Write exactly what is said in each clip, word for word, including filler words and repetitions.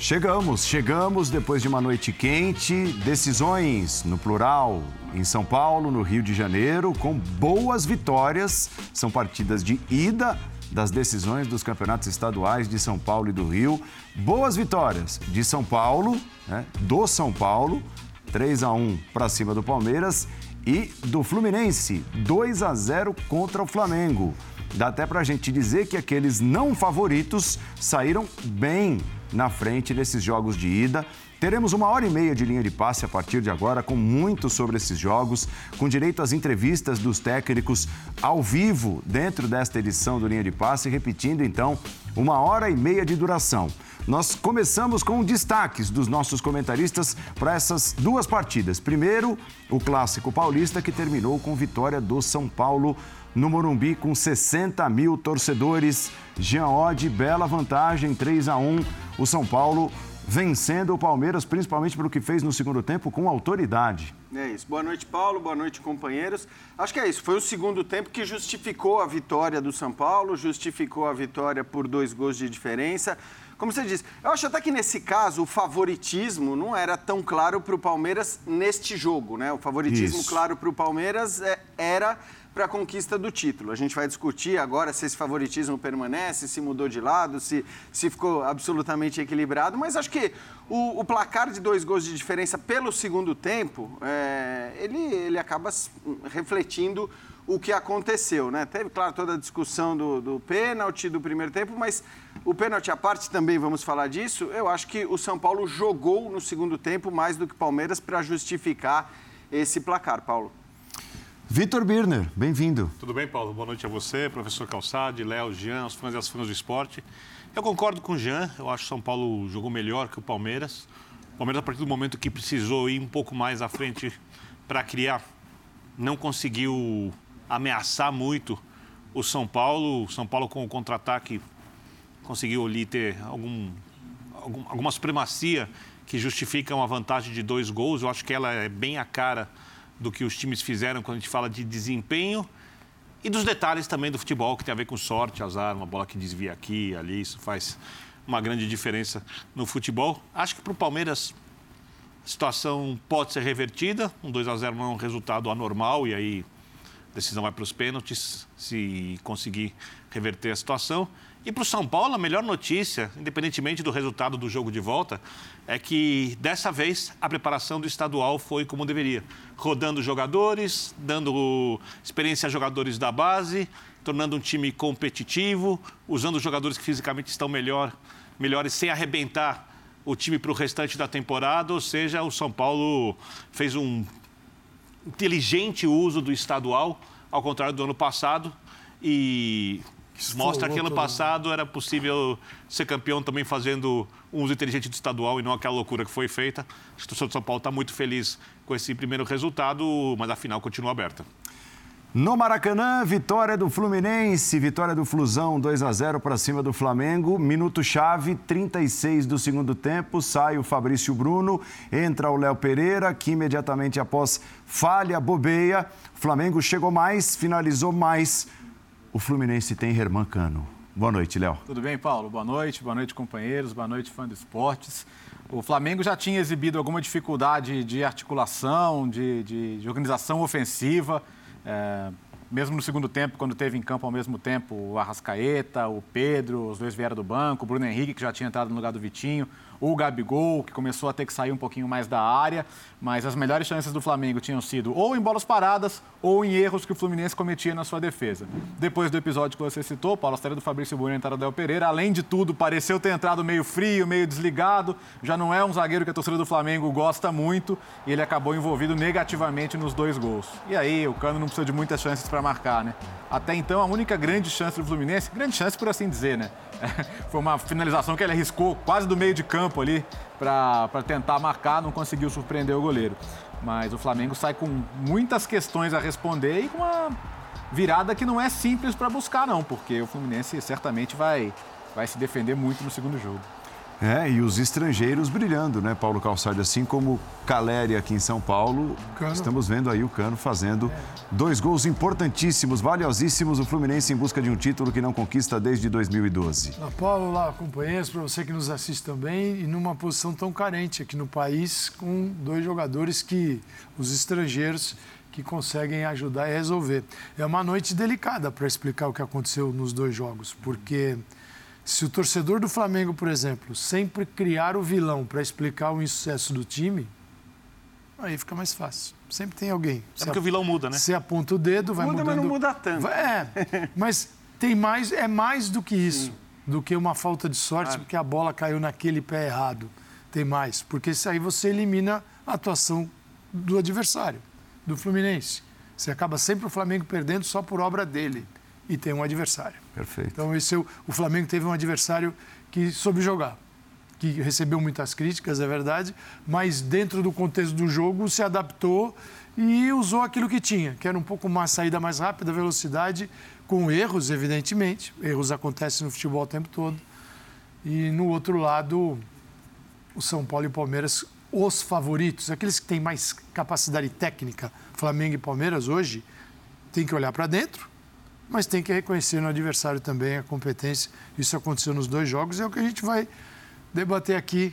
Chegamos, chegamos depois de uma noite quente, decisões no plural em São Paulo, no Rio de Janeiro, com boas vitórias. São partidas de ida das decisões dos campeonatos estaduais de São Paulo e do Rio. Boas vitórias de São Paulo, né, do São Paulo, três a um para cima do Palmeiras, e do Fluminense, dois a zero contra o Flamengo. Dá até pra gente dizer que aqueles não favoritos saíram bem na frente desses jogos de ida. Teremos uma hora e meia de linha de passe a partir de agora, com muito sobre esses jogos, com direito às entrevistas dos técnicos ao vivo dentro desta edição do Linha de Passe, repetindo então uma hora e meia de duração. Nós começamos com destaques dos nossos comentaristas para essas duas partidas. Primeiro, o Clássico Paulista, que terminou com vitória do São Paulo no Morumbi, com sessenta mil torcedores. Jean Oddi, bela vantagem, três a um. O São Paulo vencendo o Palmeiras, principalmente pelo que fez no segundo tempo, com autoridade. É isso. Boa noite, Paulo. Boa noite, companheiros. Acho que é isso. Foi o segundo tempo que justificou a vitória do São Paulo, justificou a vitória por dois gols de diferença. Como você disse, eu acho até que nesse caso o favoritismo não era tão claro para o Palmeiras neste jogo, né? O favoritismo Isso. claro para o Palmeiras é, era para a conquista do título. A gente vai discutir agora se esse favoritismo permanece, se mudou de lado, se, se ficou absolutamente equilibrado, mas acho que o, o placar de dois gols de diferença pelo segundo tempo, é, ele, ele acaba refletindo o que aconteceu, né? Teve, claro, toda a discussão do, do pênalti do primeiro tempo, mas o pênalti à parte também, vamos falar disso, eu acho que o São Paulo jogou no segundo tempo mais do que o Palmeiras para justificar esse placar, Paulo. Vitor Birner, bem-vindo. Tudo bem, Paulo? Boa noite a você, professor Calçade, Léo, Jean, os fãs e as fãs do esporte. Eu concordo com o Jean, eu acho que o São Paulo jogou melhor que o Palmeiras. O Palmeiras, a partir do momento que precisou ir um pouco mais à frente para criar, não conseguiu ameaçar muito o São Paulo. O São Paulo, com o contra-ataque, conseguiu ali ter algum, algum, alguma supremacia que justifica uma vantagem de dois gols. Eu acho que ela é bem a cara do que os times fizeram quando a gente fala de desempenho e dos detalhes também do futebol, que tem a ver com sorte, azar, uma bola que desvia aqui, ali, isso faz uma grande diferença no futebol. Acho que para o Palmeiras a situação pode ser revertida, um dois a zero não é um resultado anormal e aí a decisão vai para os pênaltis, se conseguir reverter a situação. E para o São Paulo, a melhor notícia, independentemente do resultado do jogo de volta, é que, dessa vez, a preparação do estadual foi como deveria. Rodando jogadores, dando experiência a jogadores da base, tornando um time competitivo, usando jogadores que fisicamente estão melhor, melhores sem arrebentar o time para o restante da temporada. Ou seja, o São Paulo fez um inteligente uso do estadual, ao contrário do ano passado, e mostra que ano passado era possível ser campeão também fazendo um uso inteligente do estadual e não aquela loucura que foi feita. Acho que o torcedor de São Paulo está muito feliz com esse primeiro resultado, mas a final continua aberta. No Maracanã, vitória do Fluminense, vitória do Flusão, dois a zero para cima do Flamengo. Minuto-chave, trinta e seis do segundo tempo, sai o Fabrício Bruno, entra o Léo Pereira, que imediatamente após falha, bobeia. O Flamengo chegou mais, finalizou mais. O Fluminense tem Herman Cano. Boa noite, Léo. Tudo bem, Paulo? Boa noite, boa noite, companheiros, boa noite, fã do esportes. O Flamengo já tinha exibido alguma dificuldade de articulação, de, de, de organização ofensiva, é, mesmo no segundo tempo, quando teve em campo ao mesmo tempo o Arrascaeta, o Pedro, os dois vieram do banco, o Bruno Henrique, que já tinha entrado no lugar do Vitinho, o Gabigol, que começou a ter que sair um pouquinho mais da área, mas as melhores chances do Flamengo tinham sido ou em bolas paradas ou em erros que o Fluminense cometia na sua defesa. Depois do episódio que você citou, Paulo, a estreia do Fabrício Bruno e a entrada do Léo Pereira, além de tudo, pareceu ter entrado meio frio, meio desligado, já não é um zagueiro que a torcida do Flamengo gosta muito e ele acabou envolvido negativamente nos dois gols. E aí, o Cano não precisa de muitas chances para marcar, né? Até então, a única grande chance do Fluminense, grande chance por assim dizer, né? Foi uma finalização que ele arriscou quase do meio de campo ali para tentar marcar, não conseguiu surpreender o goleiro. Mas o Flamengo sai com muitas questões a responder e com uma virada que não é simples para buscar, não, porque o Fluminense certamente vai, vai se defender muito no segundo jogo. É, e os estrangeiros brilhando, né, Paulo Calçade? Assim como Caleri aqui em São Paulo, Cano. Estamos vendo aí o Cano fazendo é. dois gols importantíssimos, valiosíssimos. O Fluminense em busca de um título que não conquista desde dois mil e doze. Olá, Paulo, olá, companheiros, para você que nos assiste também, e numa posição tão carente aqui no país, com dois jogadores que, os estrangeiros, que conseguem ajudar e resolver. É uma noite delicada para explicar o que aconteceu nos dois jogos, porque... Se o torcedor do Flamengo, por exemplo, sempre criar o vilão para explicar o insucesso do time, aí fica mais fácil. Sempre tem alguém. É porque o vilão muda, né? Você aponta o dedo, vai muda, mudando... Muda, mas não muda tanto. É, mas tem mais, é mais do que isso, Sim. do que uma falta de sorte, claro. Porque a bola caiu naquele pé errado. Tem mais, porque isso aí você elimina a atuação do adversário, do Fluminense. Você acaba sempre o Flamengo perdendo só por obra dele. E tem um adversário. Perfeito. Então, esse é o, o Flamengo teve um adversário que soube jogar, que recebeu muitas críticas, é verdade, mas dentro do contexto do jogo se adaptou e usou aquilo que tinha, que era um pouco mais saída mais rápida, velocidade, com erros, evidentemente. Erros acontecem no futebol o tempo todo. E, no outro lado, o São Paulo e o Palmeiras, os favoritos, aqueles que têm mais capacidade técnica, Flamengo e Palmeiras hoje, tem que olhar para dentro, mas tem que reconhecer no adversário também a competência. Isso aconteceu nos dois jogos e é o que a gente vai debater aqui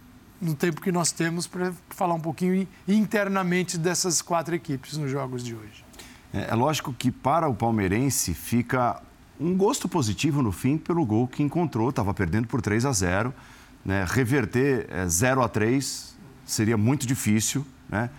no tempo que nós temos para falar um pouquinho internamente dessas quatro equipes nos jogos de hoje. É, é lógico que para o palmeirense fica um gosto positivo no fim pelo gol que encontrou, estava perdendo por três a zero, né? Reverter é, zero a três seria muito difícil, né?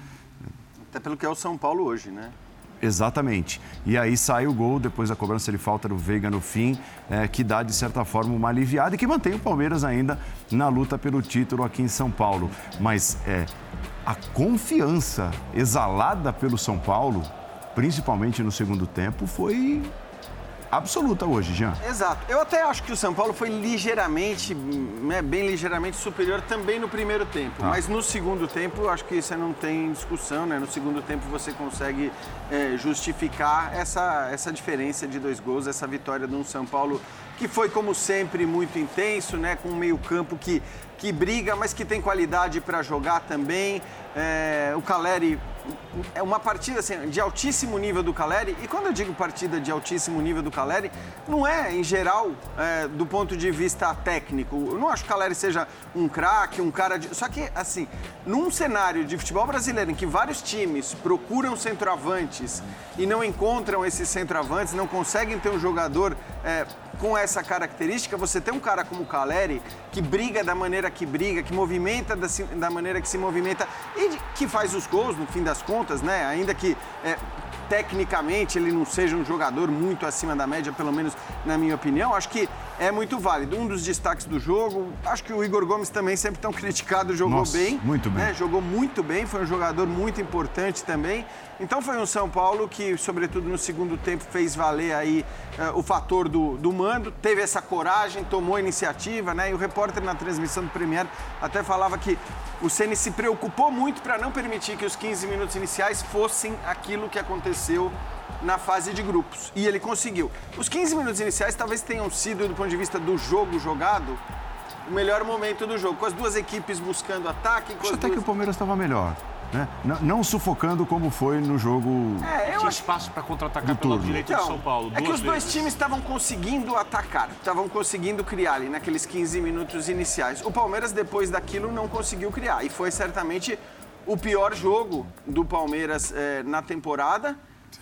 Até pelo que é o São Paulo hoje, né? Exatamente. E aí sai o gol, depois da cobrança de falta do Veiga no fim, é, que dá, de certa forma, uma aliviada e que mantém o Palmeiras ainda na luta pelo título aqui em São Paulo. Mas é, a confiança exalada pelo São Paulo, principalmente no segundo tempo, foi absoluta hoje, Jean. Exato. Eu até acho que o São Paulo foi ligeiramente, né, bem ligeiramente superior também no primeiro tempo. Ah. Mas no segundo tempo, eu acho que isso não tem discussão, né? No segundo tempo você consegue é, justificar essa, essa diferença de dois gols, essa vitória de um São Paulo que foi, como sempre, muito intenso, né? Com um meio-campo que, que briga, mas que tem qualidade para jogar também. É, o Caleri... É uma partida assim, de altíssimo nível do Caleri, e quando eu digo partida de altíssimo nível do Caleri, não é, em geral, é, do ponto de vista técnico. Eu não acho que o Caleri seja um craque, um cara de... Só que, assim, num cenário de futebol brasileiro em que vários times procuram centroavantes e não encontram esses centroavantes, não conseguem ter um jogador é, com essa característica, você tem um cara como o Caleri que briga da maneira que briga, que movimenta da, da maneira que se movimenta e de, que faz os gols, no fim das contas, né? Ainda que é, tecnicamente ele não seja um jogador muito acima da média, pelo menos na minha opinião, acho que é muito válido. Um dos destaques do jogo, acho que o Igor Gomes também, sempre tão criticado, jogou Nossa, bem. Muito bem. Né? Jogou muito bem, foi um jogador muito importante também. Então foi um São Paulo que, sobretudo no segundo tempo, fez valer aí uh, o fator do, do mando, teve essa coragem, tomou a iniciativa, né? E o repórter na transmissão do Premier até falava que o Ceni se preocupou muito para não permitir que os quinze minutos iniciais fossem aquilo que aconteceu na fase de grupos. E ele conseguiu. Os quinze minutos iniciais talvez tenham sido, do ponto de vista do jogo jogado, o melhor momento do jogo, com as duas equipes buscando ataque. Com Acho as até duas... que o Palmeiras estava melhor. Né? Não, não sufocando como foi no jogo. É, eu Tinha acho... espaço para contra-atacar pelo lado direito então, de São Paulo. É que os dois vezes. times estavam conseguindo atacar, estavam conseguindo criar ali naqueles quinze minutos iniciais. O Palmeiras, depois daquilo, não conseguiu criar. E foi certamente o pior jogo do Palmeiras é, na temporada.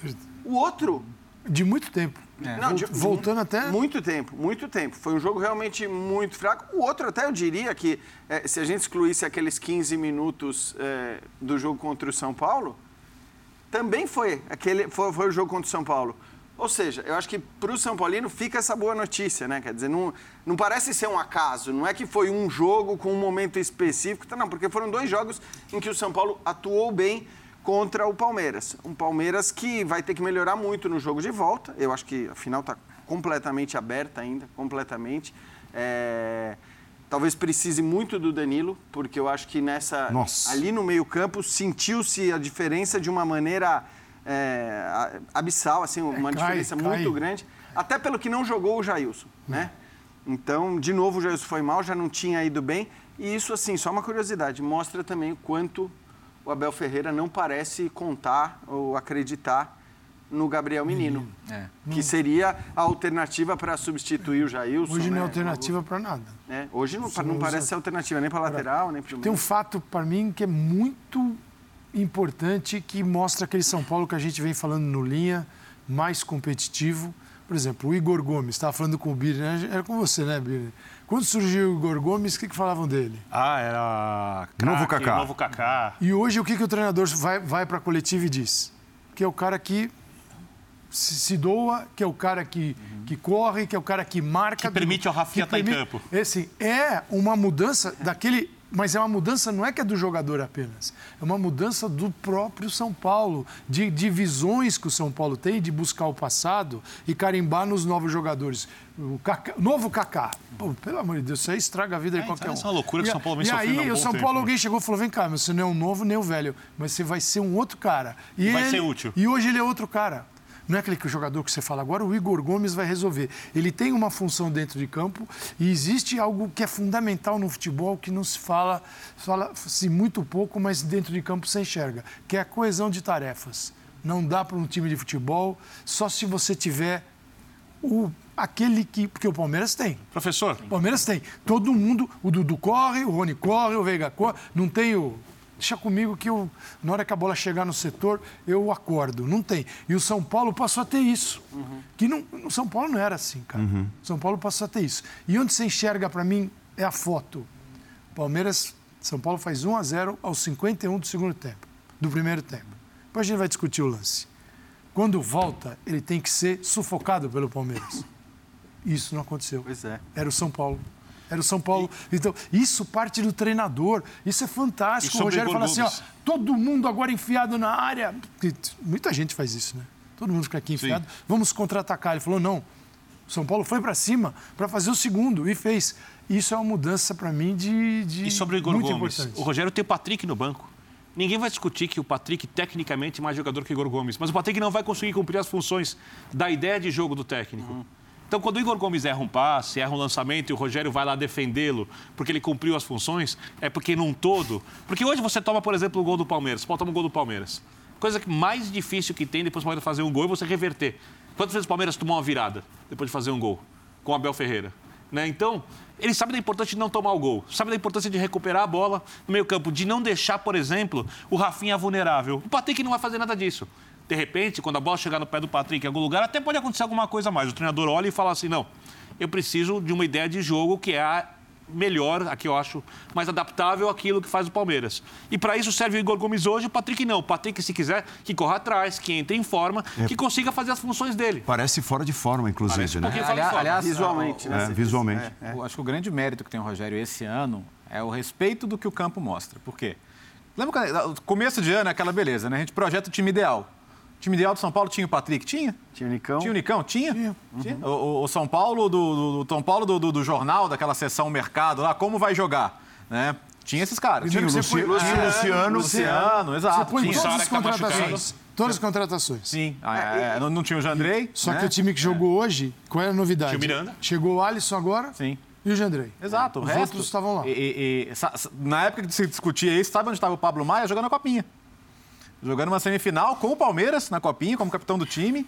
O outro... De muito tempo. É. Não, de, Voltando até... Muito tempo, muito tempo. Foi um jogo realmente muito fraco. O outro até eu diria que, é, se a gente excluísse aqueles quinze minutos é, do jogo contra o São Paulo, também foi, aquele, foi, foi o jogo contra o São Paulo. Ou seja, eu acho que para o São Paulino fica essa boa notícia, né? Quer dizer, não, não parece ser um acaso, não é que foi um jogo com um momento específico, não, porque foram dois jogos em que o São Paulo atuou bem contra o Palmeiras. Um Palmeiras que vai ter que melhorar muito no jogo de volta. Eu acho que a final está completamente aberta ainda, completamente. É... Talvez precise muito do Danilo, porque eu acho que nessa Nossa. ali no meio-campo sentiu-se a diferença de uma maneira é, abissal, assim, uma é, cai, diferença cai. muito grande. Até pelo que não jogou o Jailson, né? Então, de novo, o Jailson foi mal, já não tinha ido bem. E isso, assim, só uma curiosidade, mostra também o quanto o Abel Ferreira não parece contar ou acreditar no Gabriel Menino, é. que seria a alternativa para substituir o Jailson. Hoje né? não é alternativa para nada. É, hoje não, não parece usa... ser alternativa nem para lateral, nem para o Tem um fato, para mim, que é muito importante, que mostra aquele São Paulo que a gente vem falando no Linha, mais competitivo. Por exemplo, o Igor Gomes, estava falando com o Birner, né? Era com você, né, Birner? Quando surgiu o Igor Gomes, o que, que falavam dele? Ah, era... Craque, novo Kaká. Novo Kaká. E hoje, o que, que o treinador vai, vai para a coletiva e diz? Que é o cara que se, se doa, que é o cara que, uhum. que corre, que é o cara que marca... Que permite do, ao Rafinha estar permite, em campo. Esse, é uma mudança daquele... Mas é uma mudança, não é que é do jogador apenas, é uma mudança do próprio São Paulo, de, de visões que o São Paulo tem, de buscar o passado e carimbar nos novos jogadores. O Kaká, novo Kaká. Pô, pelo amor de Deus, isso aí estraga a vida é, de qualquer então, um. Essa é uma loucura que o São Paulo vem e sofrendo. E aí, um o São tempo. Paulo, alguém chegou e falou: vem cá, você não é um novo nem o velho, mas você vai ser um outro cara. E vai ele, ser útil. E hoje ele é outro cara. Não é aquele jogador que você fala agora, o Igor Gomes vai resolver. Ele tem uma função dentro de campo e existe algo que é fundamental no futebol que não se fala, fala-se muito pouco, mas dentro de campo você enxerga, que é a coesão de tarefas. Não dá para um time de futebol só se você tiver o, aquele que... Porque o Palmeiras tem. Professor. O Palmeiras tem. Todo mundo, o Dudu corre, o Rony corre, o Veiga corre, não tem o... Deixa comigo que eu, na hora que a bola chegar no setor, eu acordo. Não tem. E o São Paulo passou a ter isso. Uhum. Que não, o São Paulo não era assim, cara. Uhum. O São Paulo passou a ter isso. E onde você enxerga, para mim, é a foto. Palmeiras, São Paulo faz um a zero aos cinquenta e um do segundo tempo, do primeiro tempo. Depois a gente vai discutir o lance. Quando volta, ele tem que ser sufocado pelo Palmeiras. Isso não aconteceu. Pois é. Era o São Paulo. Era o São Paulo. Então, isso parte do treinador. Isso é fantástico. O Rogério fala assim, ó, todo mundo agora enfiado na área. Muita gente faz isso, né? Todo mundo fica aqui enfiado. Sim. Vamos contra-atacar. Ele falou, não. O São Paulo foi para cima para fazer o segundo e fez. Isso é uma mudança, para mim, de, de E sobre o Igor muito Gomes, importante. O Rogério tem o Patrick no banco. Ninguém vai discutir que o Patrick, tecnicamente, é mais jogador que o Igor Gomes. Mas o Patrick não vai conseguir cumprir as funções da ideia de jogo do técnico. Uhum. Então, quando o Igor Gomes erra um passe, erra um lançamento e o Rogério vai lá defendê-lo porque ele cumpriu as funções, é porque num todo... Porque hoje você toma, por exemplo, o gol do Palmeiras. Você pode tomar um gol do Palmeiras. Coisa que mais difícil que tem depois do Palmeiras fazer um gol é você reverter. Quantas vezes o Palmeiras tomou uma virada depois de fazer um gol? Com o Abel Ferreira. Né? Então, ele sabe da importância de não tomar o gol. Sabe da importância de recuperar a bola no meio campo. De não deixar, por exemplo, o Rafinha vulnerável. O Patrick não vai fazer nada disso. De repente, quando a bola chegar no pé do Patrick em algum lugar, até pode acontecer alguma coisa a mais. O treinador olha e fala assim, não, eu preciso de uma ideia de jogo que é a melhor, a que eu acho mais adaptável àquilo que faz o Palmeiras. E para isso serve o Igor Gomes hoje, o Patrick não. O Patrick, se quiser, que corra atrás, que entre em forma, é. que consiga fazer as funções dele. Parece fora de forma, inclusive, Parece um né? pouquinho fora aliás, de forma. aliás, visualmente, né? É, visualmente. É, é. Eu acho que o grande mérito que tem o Rogério esse ano é o respeito do que o campo mostra. Por quê? Lembra que no começo de ano é aquela beleza, né? A gente projeta o time ideal. O time ideal do São Paulo tinha o Patrick? Tinha. Tinha o Nicão? Tinha o Nicão? Tinha. Tinha. Tinha. Uhum. O, o São Paulo, do, do, do São Paulo do, do, do jornal, daquela sessão mercado lá, como vai jogar, né? Tinha esses caras. Tinha o Luci... Luciano, Luciano, Luciano, Luciano, exato. Você põe Tinha. todas as Sara, que tá contratações. Todas as contratações. Sim. Ah, é, não, não tinha o Jandrei. Só né? que o time que jogou hoje, qual era a novidade? Tinha o Miranda. Chegou o Alisson agora. Sim. E o Jandrei. Exato. O Os resto, outros estavam lá. E, e, e, na época que se discutia isso, sabe onde estava o Pablo Maia? Jogando a Copinha. Jogando uma semifinal com o Palmeiras na Copinha, como capitão do time.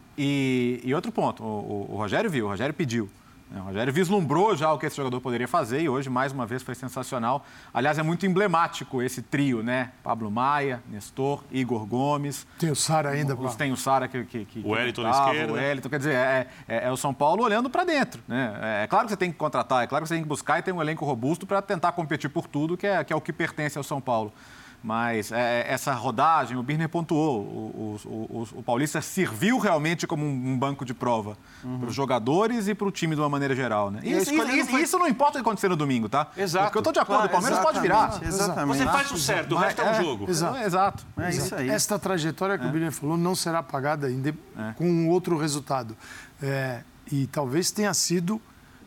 E, e outro ponto, o, o, o Rogério viu, o Rogério pediu. O Rogério vislumbrou já o que esse jogador poderia fazer e hoje, mais uma vez, foi sensacional. Aliás, é muito emblemático esse trio, né? Pablo Maia, Nestor, Igor Gomes. Tem o Sara ainda. Os, tem o Sara que, que, que... O Wellington na esquerda. O Wellington, quer dizer, é, é, é o São Paulo olhando para dentro, né? É, é claro que você tem que contratar, é claro que você tem que buscar e ter um elenco robusto para tentar competir por tudo, que é, que é o que pertence ao São Paulo. Mas é, essa rodagem, o Birner pontuou, o, o, o, o Paulista serviu realmente como um, um banco de prova uhum. para os jogadores e para o time de uma maneira geral. Né? E isso, isso, isso, foi... isso não importa o que acontecer no domingo, tá? Exato. Porque eu estou de acordo, Claro, o Palmeiras pode virar. Exatamente. Você faz o certo, o resto é um jogo. Exato. É, exato. É isso aí. Esta trajetória que é. o Birner falou não será apagada ainda é. com um outro resultado. É, e talvez tenha sido...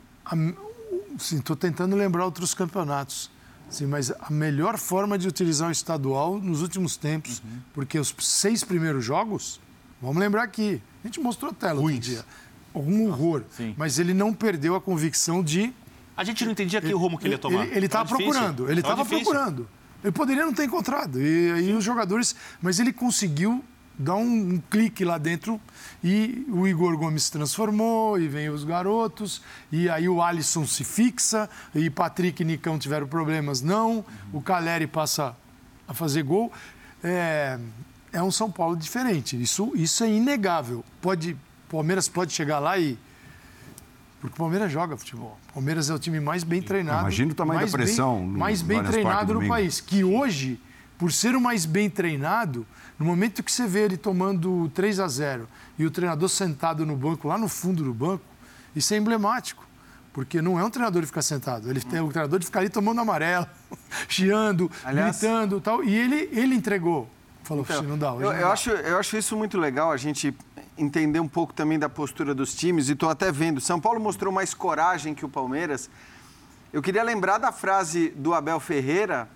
Estou tentando lembrar outros campeonatos. Sim, mas a melhor forma de utilizar o estadual nos últimos tempos, uhum. porque os seis primeiros jogos, vamos lembrar aqui, a gente mostrou a tela outro dia, algum horror. Sim. Mas ele não perdeu a convicção de... A gente não entendia que rumo que ele ia tomar. Ele estava procurando, ele estava procurando. Ele poderia não ter encontrado. E aí os jogadores... Mas ele conseguiu dar um, um clique lá dentro e o Igor Gomes se transformou e vem os garotos e aí o Alisson se fixa e Patrick e Nicão tiveram problemas, não. O Caleri passa a fazer gol. É, é um São Paulo diferente. Isso, isso é inegável. Pode, Palmeiras pode chegar lá e... Porque o Palmeiras joga futebol. O Palmeiras é o time mais bem treinado. Imagina o tamanho da pressão. Bem, mais bem treinado no país. Que hoje, por ser o mais bem treinado, no momento que você vê ele tomando três a zero e o treinador sentado no banco, lá no fundo do banco, isso é emblemático. Porque não é um treinador de ficar sentado. Ele é o treinador de ficar ali tomando amarelo, chiando, Aliás, gritando e tal. E ele, ele entregou. Falou, então, não dá. Eu, não eu, dá. Acho, eu acho isso muito legal, a gente entender um pouco também da postura dos times. E estou até vendo, São Paulo mostrou mais coragem que o Palmeiras. Eu queria lembrar da frase do Abel Ferreira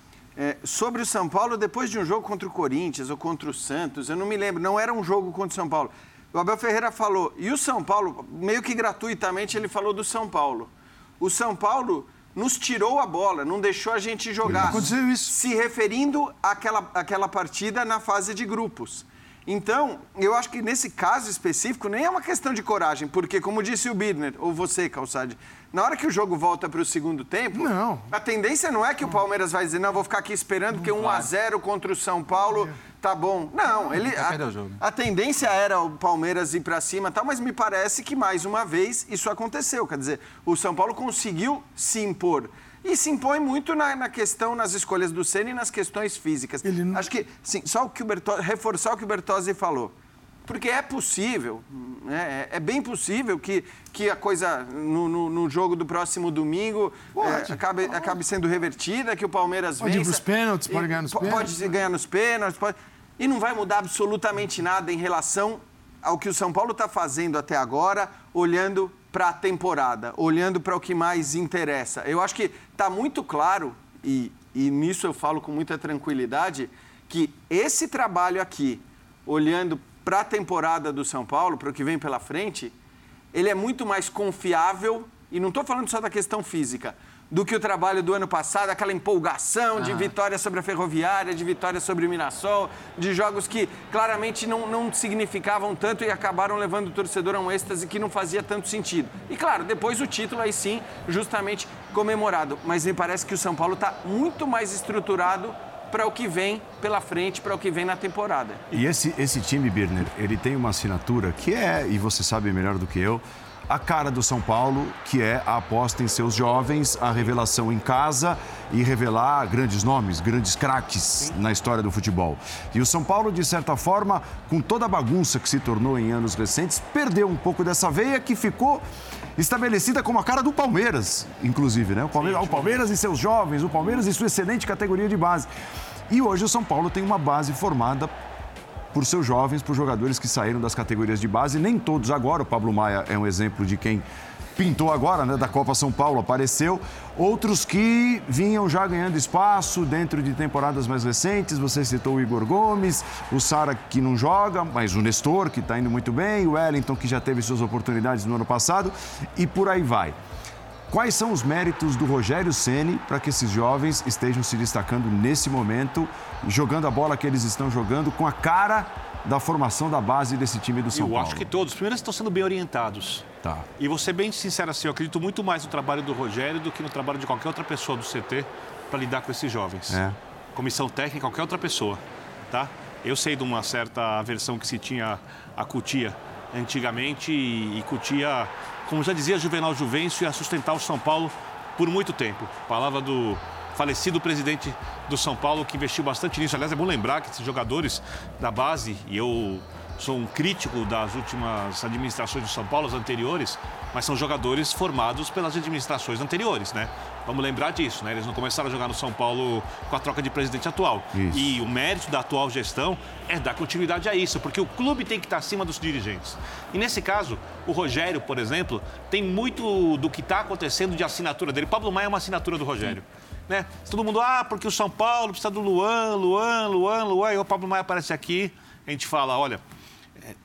é, sobre o São Paulo depois de um jogo contra o Corinthians ou contra o Santos. Eu não me lembro, não era um jogo contra o São Paulo. O Abel Ferreira falou, e o São Paulo, meio que gratuitamente, ele falou do São Paulo. O São Paulo nos tirou a bola, não deixou a gente jogar. Aconteceu isso. Se referindo àquela, àquela partida na fase de grupos. Então, eu acho que nesse caso específico nem é uma questão de coragem, porque, como disse o Birner, ou você, Calçade, na hora que o jogo volta para o segundo tempo, não. a tendência não é que o Palmeiras vai dizer, não, vou ficar aqui esperando, porque um a zero contra o São Paulo tá bom. Não, ele, a, a tendência era o Palmeiras ir para cima, tal, mas me parece que, mais uma vez, isso aconteceu. Quer dizer, o São Paulo conseguiu se impor. E se impõe muito na, na questão, nas escolhas do Ceni e nas questões físicas. Não... Acho que, sim, só o que o Bertozzi, reforçar o que o Bertozzi falou. Porque é possível, né, é, é bem possível que, que a coisa no, no, no jogo do próximo domingo é, acabe, acabe sendo revertida, que o Palmeiras pode vença. Pode ir pros pênaltis, pode ganhar nos pênaltis. Pode ganhar nos pênaltis. Pode... E não vai mudar absolutamente nada em relação ao que o São Paulo está fazendo até agora, olhando para a temporada, olhando para o que mais interessa. Eu acho que está muito claro, e, e nisso eu falo com muita tranquilidade, que esse trabalho aqui, olhando para a temporada do São Paulo, para o que vem pela frente, ele é muito mais confiável, e não estou falando só da questão física, do que o trabalho do ano passado, aquela empolgação de ah. vitória sobre a Ferroviária, de vitória sobre o Mirassol, de jogos que claramente não, não significavam tanto e acabaram levando o torcedor a um êxtase que não fazia tanto sentido. E claro, depois o título aí sim, justamente comemorado. Mas me parece que o São Paulo está muito mais estruturado para o que vem pela frente, para o que vem na temporada. E esse, esse time, Birner, ele tem uma assinatura que é, e você sabe melhor do que eu, a cara do São Paulo, que é a aposta em seus jovens, a revelação em casa e revelar grandes nomes, grandes craques na história do futebol. E o São Paulo, de certa forma, com toda a bagunça que se tornou em anos recentes, perdeu um pouco dessa veia que ficou estabelecida como a cara do Palmeiras, inclusive, né? O Palmeiras, o Palmeiras e seus jovens, o Palmeiras e sua excelente categoria de base. E hoje o São Paulo tem uma base formada por seus jovens, por jogadores que saíram das categorias de base, nem todos agora. O Pablo Maia é um exemplo de quem pintou agora, né, da Copa São Paulo, apareceu. Outros que vinham já ganhando espaço dentro de temporadas mais recentes. Você citou o Igor Gomes, o Sara, que não joga, mas o Nestor, que está indo muito bem, o Wellington, que já teve suas oportunidades no ano passado, e por aí vai. Quais são os méritos do Rogério Ceni para que esses jovens estejam se destacando nesse momento, jogando a bola que eles estão jogando com a cara da formação da base desse time do São eu Paulo? Eu acho que todos. Primeiro, estão sendo bem orientados. Tá. E vou ser bem sincero assim, eu acredito muito mais no trabalho do Rogério do que no trabalho de qualquer outra pessoa do C T para lidar com esses jovens. É. Comissão técnica, qualquer outra pessoa, tá? Eu sei de uma certa aversão que se tinha a Cutia antigamente e, e Cutia, como já dizia Juvenal Juvencio, ia sustentar o São Paulo por muito tempo. Palavra do falecido presidente do São Paulo, que investiu bastante nisso. Aliás, é bom lembrar que esses jogadores da base, e eu sou um crítico das últimas administrações do São Paulo, as anteriores, mas são jogadores formados pelas administrações anteriores, né? Vamos lembrar disso, né? Eles não começaram a jogar no São Paulo com a troca de presidente atual. Isso. E o mérito da atual gestão é dar continuidade a isso, porque o clube tem que estar acima dos dirigentes. E nesse caso, o Rogério, por exemplo, tem muito do que está acontecendo de assinatura dele. Pablo Maia é uma assinatura do Rogério. Né? Todo mundo, ah, porque o São Paulo precisa do Luan, Luan, Luan, Luan, e o Pablo Maia aparece aqui, a gente fala, olha,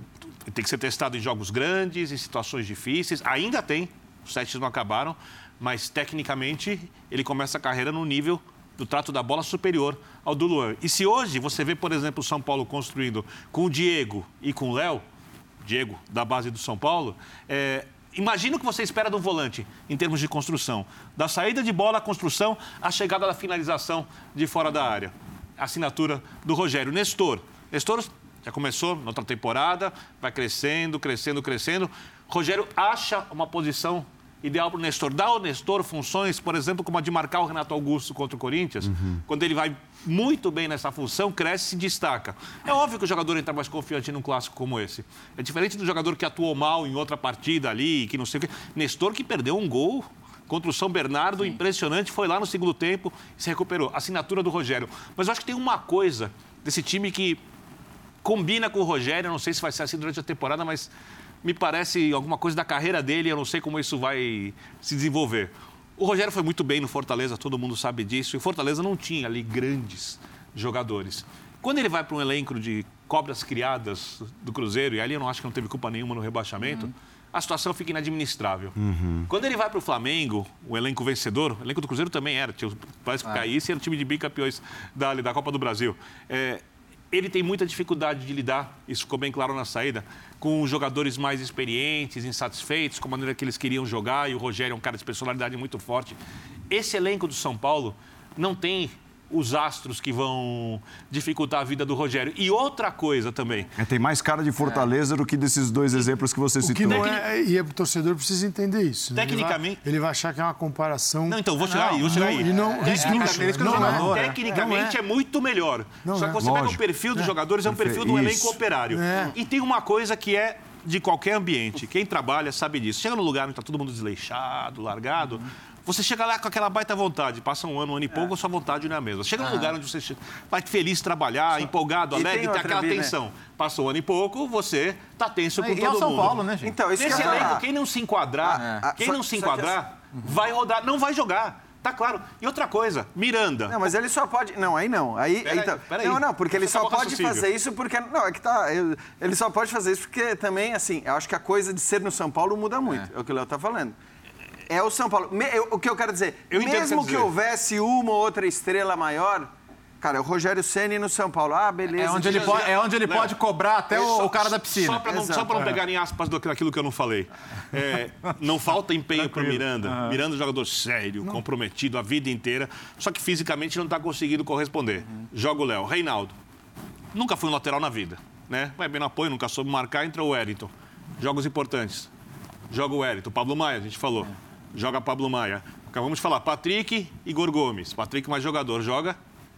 tem que ser testado em jogos grandes, em situações difíceis. Ainda tem, os testes não acabaram, mas tecnicamente ele começa a carreira no nível do trato da bola superior ao do Luan. E se hoje você vê, por exemplo, o São Paulo construindo com o Diego e com o Léo, Diego da base do São Paulo, é, imagina o que você espera do volante em termos de construção. Da saída de bola à construção, a chegada da finalização de fora da área. Assinatura do Rogério. Nestor. Nestor já começou na outra temporada, vai crescendo, crescendo, crescendo. Rogério acha uma posição ideal para o Nestor. Dá ao Nestor funções, por exemplo, como a de marcar o Renato Augusto contra o Corinthians. Uhum. Quando ele vai muito bem nessa função, cresce e se destaca. É óbvio que o jogador entra mais confiante num clássico como esse. É diferente do jogador que atuou mal em outra partida ali, que não sei o quê. Nestor que perdeu um gol contra o São Bernardo, sim, impressionante, foi lá no segundo tempo e se recuperou. Assinatura do Rogério. Mas eu acho que tem uma coisa desse time que combina com o Rogério, eu não sei se vai ser assim durante a temporada, mas me parece alguma coisa da carreira dele, eu não sei como isso vai se desenvolver. O Rogério foi muito bem no Fortaleza, todo mundo sabe disso, e o Fortaleza não tinha ali grandes jogadores. Quando ele vai para um elenco de cobras criadas do Cruzeiro, e ali eu não acho que não teve culpa nenhuma no rebaixamento, uhum, a situação fica inadministrável. Uhum. Quando ele vai para o Flamengo, o elenco vencedor, o elenco do Cruzeiro também era, parece que ah. caísse, era o time de bicampeões da, da Copa do Brasil. É, ele tem muita dificuldade de lidar, isso ficou bem claro na saída, com jogadores mais experientes, insatisfeitos com a maneira que eles queriam jogar, e o Rogério é um cara de personalidade muito forte. Esse elenco do São Paulo não tem os astros que vão dificultar a vida do Rogério. E outra coisa também... É, tem mais cara de Fortaleza é. do que desses dois exemplos que você o citou. Que não é, e o torcedor precisa entender isso. Né? Tecnicamente... Ele vai, ele vai achar que é uma comparação... Não, então, vou chegar aí, vou chegar aí. Ele não... Tecnicamente, não, não é. Tecnicamente é. é muito melhor. Não Só que você Lógico. pega o perfil dos é. jogadores, é um perfil do elenco operário. É. E tem uma coisa que é de qualquer ambiente. Quem trabalha sabe disso. Chega num lugar onde está todo mundo desleixado, largado... Uhum. Você chega lá com aquela baita vontade, passa um ano, um ano e pouco, é. a sua vontade não é a mesma. Chega ah. num lugar onde você vai feliz trabalhar, Só... empolgado, alegre, tem, tem aquela vida, tensão. Né? Passa um ano e pouco, você tá tenso com e todo mundo. E é o São Paulo, né, gente? Então, esse Nesse elenco, quem não se enquadrar, ah, ah, quem só, não se enquadrar, que... vai rodar, não vai jogar. Tá claro. E outra coisa, Miranda. Não, mas ele só pode... Não, aí não. Aí, pera então... Peraí. Não, não, porque ele só pode fazer isso porque... Não, é que tá... Ele só pode fazer isso porque também, assim, eu acho que a coisa de ser no São Paulo muda muito. É, é o que o Léo tá falando. É o São Paulo. Me, eu, o que eu quero dizer, eu mesmo que, que houvesse uma ou outra estrela maior, cara, o Rogério Ceni no São Paulo, ah, beleza. É onde ele, pode, é onde ele pode cobrar até o, só, o cara da piscina. Só para não, só pra não pegar em aspas daquilo que eu não falei. É, não falta empenho para o Miranda. Uhum. Miranda é um jogador sério, não. comprometido a vida inteira, só que fisicamente não está conseguindo corresponder. Uhum. Joga o Léo. Reinaldo. Nunca foi um lateral na vida, né? Vai bem no apoio, nunca soube marcar, entra o Wellington. Jogos importantes. Joga o Wellington. Pablo Maia, a gente falou. É. Joga Pablo Maia. Acabamos de falar, Patrick, Igor Gomes. Patrick mais jogador, joga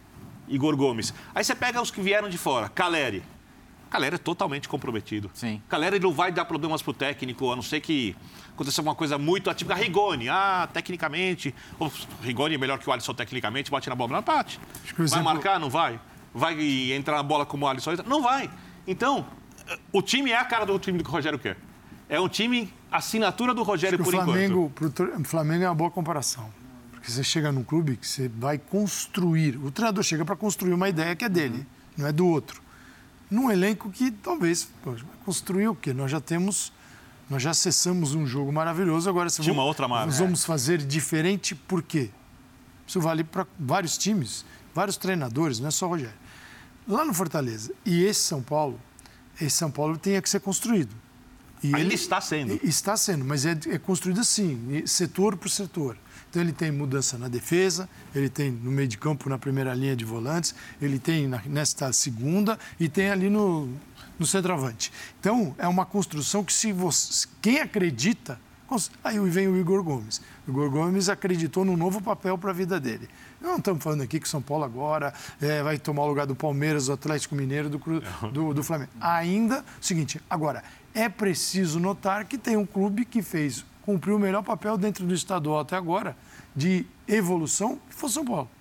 Igor Gomes. Aí você pega os que vieram de fora. Caleri. Caleri é totalmente comprometido. Sim. Caleri não vai dar problemas pro técnico, a não ser que aconteça alguma coisa muito atípica. Rigoni, ah, tecnicamente. O Rigoni é melhor que o Alisson tecnicamente, bate na bola. Não bate. Vai exemplo... marcar? Não vai. Vai entrar na bola como o Alisson? Não vai. Então, o time é a cara do time que o Rogério quer. É um time, assinatura do Rogério por Flamengo, enquanto. O Flamengo é uma boa comparação. Porque você chega num clube que você vai construir. O treinador chega para construir uma ideia que é dele, não é do outro. Num elenco que talvez... Pô, construir o quê? Nós já temos... Nós já acessamos um jogo maravilhoso, agora... De uma outra marca. Nós vamos fazer diferente por quê? Isso vale para vários times, vários treinadores, não é só o Rogério. Lá no Fortaleza, e esse São Paulo, esse São Paulo tinha que ser construído. E Ainda ele está sendo. Está sendo, mas é, é construído assim, setor por setor. Então, ele tem mudança na defesa, ele tem no meio de campo, na primeira linha de volantes, ele tem na, nesta segunda e tem ali no, no centroavante. Então, é uma construção que, se você, quem acredita... Aí vem o Igor Gomes. O Igor Gomes acreditou num novo papel para a vida dele. Não estamos falando aqui que o São Paulo agora é, vai tomar o lugar do Palmeiras, do Atlético Mineiro, do, do, do Flamengo. Ainda, o seguinte, agora, é preciso notar que tem um clube que fez, cumpriu o melhor papel dentro do estadual até agora, de evolução, que foi o São Paulo.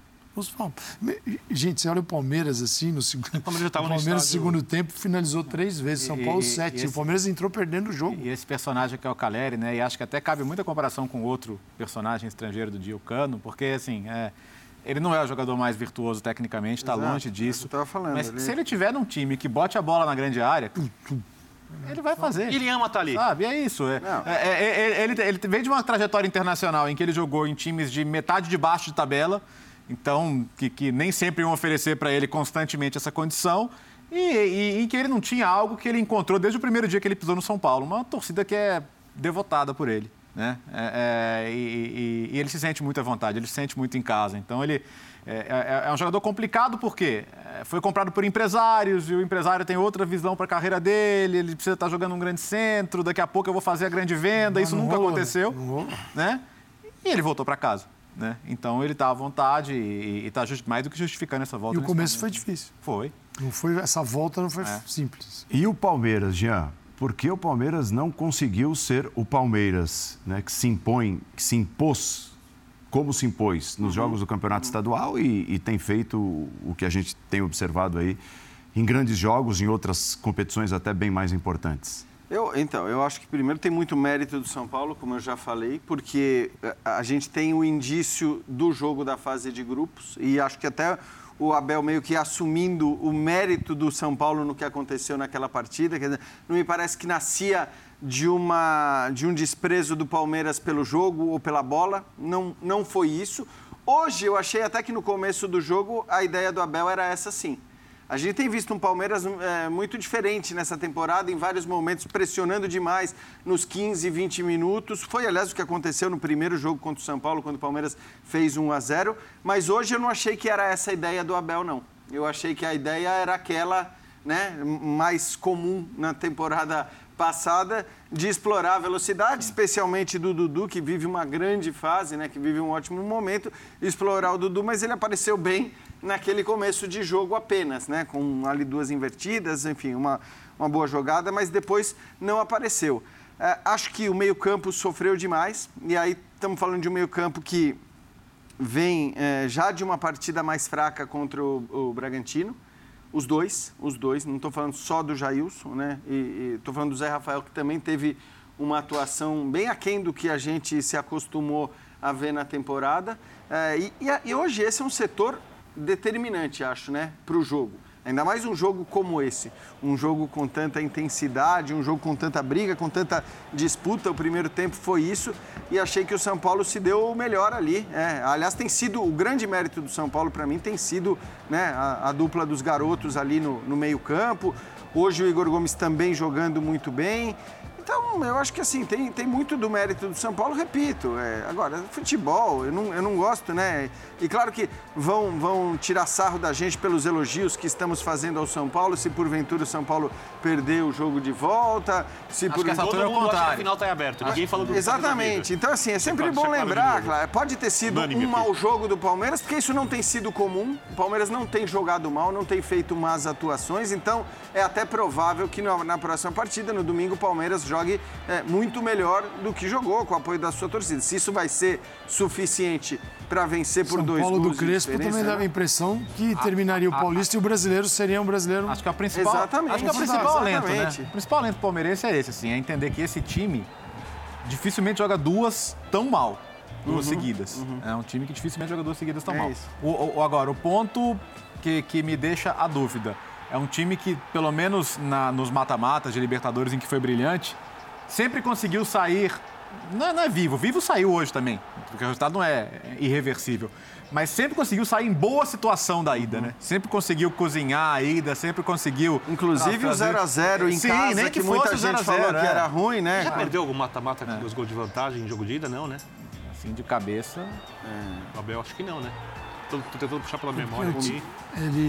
Gente, você olha o Palmeiras assim, no segundo, o Palmeiras, o Palmeiras no segundo tempo finalizou três vezes, São Paulo e, sete. Esse, o Palmeiras entrou perdendo o jogo. E esse personagem que é o Caleri, né? E acho que até cabe muita comparação com outro personagem estrangeiro do dia, o Cano, porque assim, é, ele não é o jogador mais virtuoso tecnicamente, está longe disso. Eu estava falando. Mas ali. se ele tiver num time que bote a bola na grande área, ele vai fazer. Ele ama estar ali. Sabe, é isso. É, é, é, ele, ele vem de uma trajetória internacional em que ele jogou em times de metade de baixo de tabela, então, que, que nem sempre iam oferecer para ele constantemente essa condição, e, e em que ele não tinha algo que ele encontrou desde o primeiro dia que ele pisou no São Paulo, uma torcida que é devotada por ele. Né? É, é, e, e, e ele se sente muito à vontade, ele se sente muito em casa. Então, ele é, é, é um jogador complicado porque foi comprado por empresários e o empresário tem outra visão para a carreira dele, ele precisa estar jogando um grande centro, daqui a pouco eu vou fazer a grande venda, Mas isso nunca rolou, aconteceu. Não né? E ele voltou para casa. Né? Então, ele está à vontade e está mais do que justificando essa volta. E o começo foi difícil. Foi. Não foi. Essa volta não foi é. simples. E o Palmeiras, Jean? Por que o Palmeiras não conseguiu ser o Palmeiras, né, que se impõe, que se impôs, como se impôs nos jogos do Campeonato Estadual e, e tem feito o que a gente tem observado aí em grandes jogos, em outras competições até bem mais importantes? Eu, então, eu acho que primeiro tem muito mérito do São Paulo, como eu já falei, porque a gente tem o indício do jogo da fase de grupos e acho que até o Abel meio que assumindo o mérito do São Paulo no que aconteceu naquela partida. Quer dizer, não me parece que nascia de, uma, de um desprezo do Palmeiras pelo jogo ou pela bola. Não, não foi isso. Hoje eu achei até que no começo do jogo a ideia do Abel era essa sim. A gente tem visto um Palmeiras é, muito diferente nessa temporada, em vários momentos, pressionando demais nos quinze, vinte minutos. Foi, aliás, o que aconteceu no primeiro jogo contra o São Paulo, quando o Palmeiras fez um a zero. Mas hoje eu não achei que era essa a ideia do Abel, não. Eu achei que a ideia era aquela, né, mais comum na temporada passada, de explorar a velocidade, especialmente do Dudu, que vive uma grande fase, né, que vive um ótimo momento, explorar o Dudu, mas ele apareceu bem naquele começo de jogo apenas, né, com ali duas invertidas, enfim, uma, uma boa jogada, mas depois não apareceu. É, acho que o meio-campo sofreu demais, e aí estamos falando de um meio-campo que vem é, já de uma partida mais fraca contra o, o Bragantino. Os dois, os dois, não estou falando só do Jailson, né? E estou falando do Zé Rafael, que também teve uma atuação bem aquém do que a gente se acostumou a ver na temporada. É, e, e hoje esse é um setor determinante, acho, né, para o jogo. Ainda mais um jogo como esse, um jogo com tanta intensidade, um jogo com tanta briga, com tanta disputa. O primeiro tempo foi isso e achei que o São Paulo se deu o melhor ali. É, aliás, tem sido o grande mérito do São Paulo para mim, tem sido, né, a, a dupla dos garotos ali no, no meio-campo. Hoje o Igor Gomes também jogando muito bem. Então, eu acho que assim, tem, tem muito do mérito do São Paulo, repito. É, agora, futebol, eu não, eu não gosto, né? E claro que vão, vão tirar sarro da gente pelos elogios que estamos fazendo ao São Paulo, se porventura o São Paulo perder o jogo de volta, se acho por que essa todo mundo acha que a final está aberto. Ninguém falou do Exatamente. Então, assim, é sempre bom lembrar, claro, pode ter sido um mau jogo do Palmeiras, porque isso não tem sido comum. O Palmeiras não tem jogado mal, não tem feito más atuações, então é até provável que na, na próxima partida, no domingo, o Palmeiras jogue é, muito melhor do que jogou, com o apoio da sua torcida. Se isso vai ser suficiente para vencer por São dois Paulo gols do Crespo também né? dava a impressão que terminaria o Paulista e o brasileiro seria um brasileiro. Acho que a principal, Exatamente. acho que a principal alento, né? Exatamente. O principal alento palmeirense é esse, assim, é entender que esse time dificilmente joga duas tão mal, duas uhum, seguidas. Uhum. É um time que dificilmente joga duas seguidas tão é mal. O, o, agora, o ponto que, que me deixa a dúvida é um time que, pelo menos na, nos mata-matas de Libertadores em que foi brilhante, sempre conseguiu sair. Não, não é vivo, vivo saiu hoje também, porque o resultado não é irreversível. Mas sempre conseguiu sair em boa situação da ida, né? Sempre conseguiu cozinhar a ida, sempre conseguiu... Inclusive o zero a zero em Sim, casa, nem que, que muita gente zero zero, falou é. que era ruim, né? Já perdeu algum mata-mata com é. dois gols de vantagem em jogo de ida? Não, né? Assim, de cabeça... É. O Abel, acho que não, né? Tô, tô tentando puxar pela memória aqui. Ele...